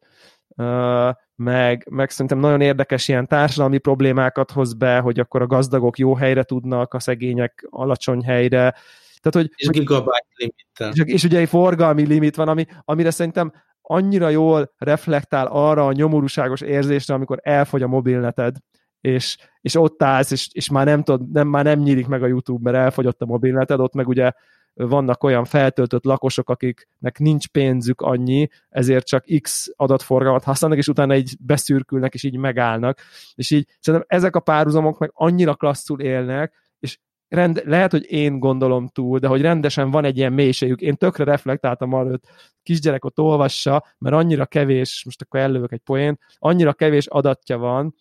meg szerintem nagyon érdekes ilyen társadalmi problémákat hoz be, hogy akkor a gazdagok jó helyre tudnak, a szegények alacsony helyre. Tehát, és gigabyte limittel. És ugye egy forgalmi limit van, amire szerintem annyira jól reflektál arra a nyomorúságos érzésre, amikor elfogy a mobilneted, és ott állsz, és már nem tudod, már nem nyílik meg a YouTube, mert elfogyott a mobilneted, ott meg ugye vannak olyan feltöltött lakosok, akiknek nincs pénzük annyi, ezért csak X adatforgalmat használnak, és utána így beszürkülnek, és így megállnak. És így szerintem ezek a párhuzamok meg annyira klasszul élnek, és lehet, hogy én gondolom túl, de hogy rendesen van egy ilyen mélységük. Én tökre reflektáltam arra, hogy kisgyerek ott olvassa, mert annyira kevés, most akkor ellövök egy poén, annyira kevés adatja van,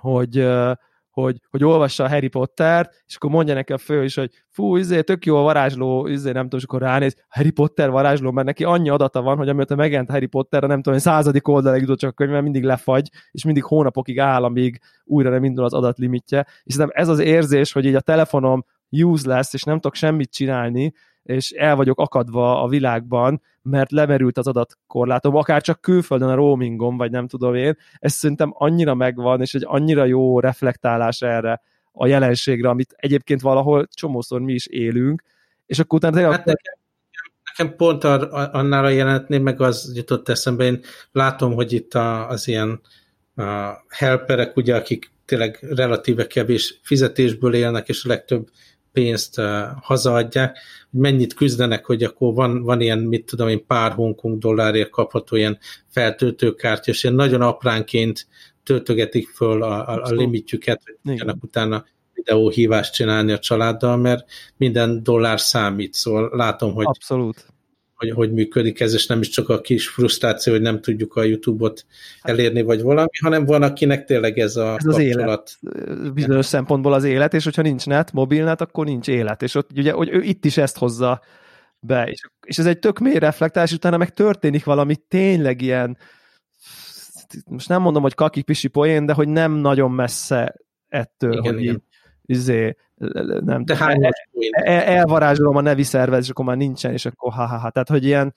hogy olvassa a Harry Pottert, és akkor mondja neki a fő is, hogy fú, tök jó a varázsló, nem tudom, és akkor ránéz, Harry Potter varázsló, mert neki annyi adata van, hogy amióta megjelent Harry Potterre, nem tudom, 100. oldalig jutott csak a könyv, mert mindig lefagy, és mindig hónapokig áll, amíg újra nem indul az adatlimitje. És szerintem ez az érzés, hogy így a telefonom useless, és nem tudok semmit csinálni, és el vagyok akadva a világban, mert lemerült az adatkorlátom, akár csak külföldön a roamingon, vagy nem tudom én, ez szerintem annyira megvan, és egy annyira jó reflektálás erre a jelenségre, amit egyébként valahol csomószor mi is élünk, és akkor utána... Hát nekem pont annál a jelenetnél meg az jutott eszembe, én látom, hogy itt az ilyen helperek, ugye, akik tényleg relatíve kevés fizetésből élnek, és a legtöbb pénzt hazaadják, hogy mennyit küzdenek, hogy akkor van ilyen, mit tudom én, pár Hongkong dollárért kapható ilyen feltöltőkártya, és ilyen nagyon apránként töltögetik föl a limitjüket, hogy tudjanak utána videóhívást csinálni a családdal, mert minden dollár számít, szóval látom, hogy abszolút. Hogy működik ez, és nem is csak a kis frusztráció, hogy nem tudjuk a YouTube-ot elérni, vagy valami, hanem van, akinek tényleg ez a ez kapcsolat. Az élet, bizonyos szempontból az élet, és hogyha nincs net, mobilnet, akkor nincs élet, és ott ugye, hogy ő itt is ezt hozza be, és ez egy tök mély reflektálás, utána meg történik valami tényleg ilyen, most nem mondom, hogy kaki-pisi poén, de hogy nem nagyon messze ettől, igen, hogy igen. így nem de elvarázsolom a nevi szervez, és akkor már nincsen, és akkor tehát, hogy ilyen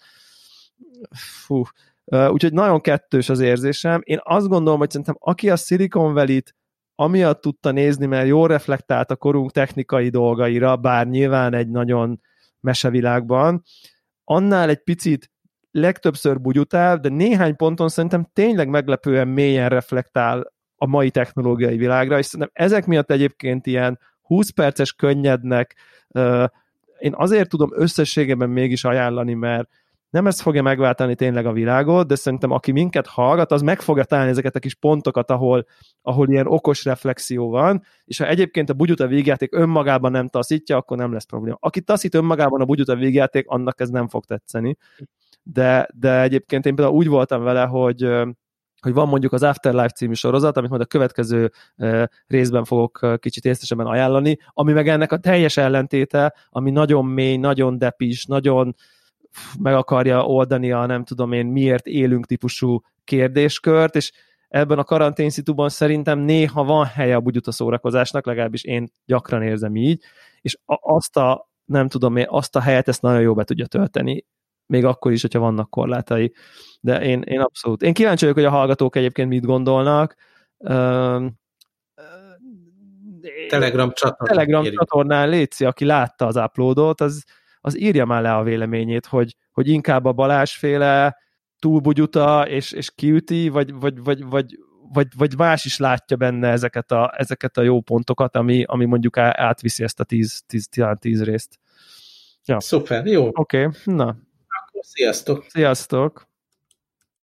úgyhogy nagyon kettős az érzésem. Én azt gondolom, hogy szerintem aki a Silicon Valley-t amiatt tudta nézni, mert jól reflektált a korunk technikai dolgaira, bár nyilván egy nagyon mesevilágban, annál egy picit legtöbbször bugyutább, de néhány ponton szerintem tényleg meglepően mélyen reflektál a mai technológiai világra, és szerintem ezek miatt egyébként ilyen 20 perces könnyednek én azért tudom összességében mégis ajánlani, mert nem ez fogja megváltani tényleg a világot, de szerintem aki minket hallgat, az meg fogja találni ezeket a kis pontokat, ahol ilyen okos reflexió van, és ha egyébként a bugyuta végjáték önmagában nem taszítja, akkor nem lesz probléma. Aki taszít önmagában a bugyuta végjáték, annak ez nem fog tetszeni. De egyébként én például úgy voltam vele, hogy van mondjuk az Afterlife című sorozat, amit majd a következő részben fogok kicsit részletesebben ajánlani, ami meg ennek a teljes ellentéte, ami nagyon mély, nagyon depis, nagyon meg akarja oldani a nem tudom én miért élünk típusú kérdéskört, és ebben a karanténszituban szerintem néha van helye a bugyuta szórakozásnak, legalábbis én gyakran érzem így, és azt a helyet ezt nagyon jó be tudja tölteni, még akkor is, hogyha vannak korlátai. De én abszolút. Én kíváncsi vagyok, hogy a hallgatók egyébként mit gondolnak. Telegram csatornán létszi, aki látta az uploadot, az írja már le a véleményét, hogy inkább a Balázsféle túlbugyuta és kiüti, vagy más is látja benne ezeket a jó pontokat, ami mondjuk átviszi ezt a 10 részt. Ja. Szuper, jó. Oké, na. Akkor sziasztok! Sziasztok!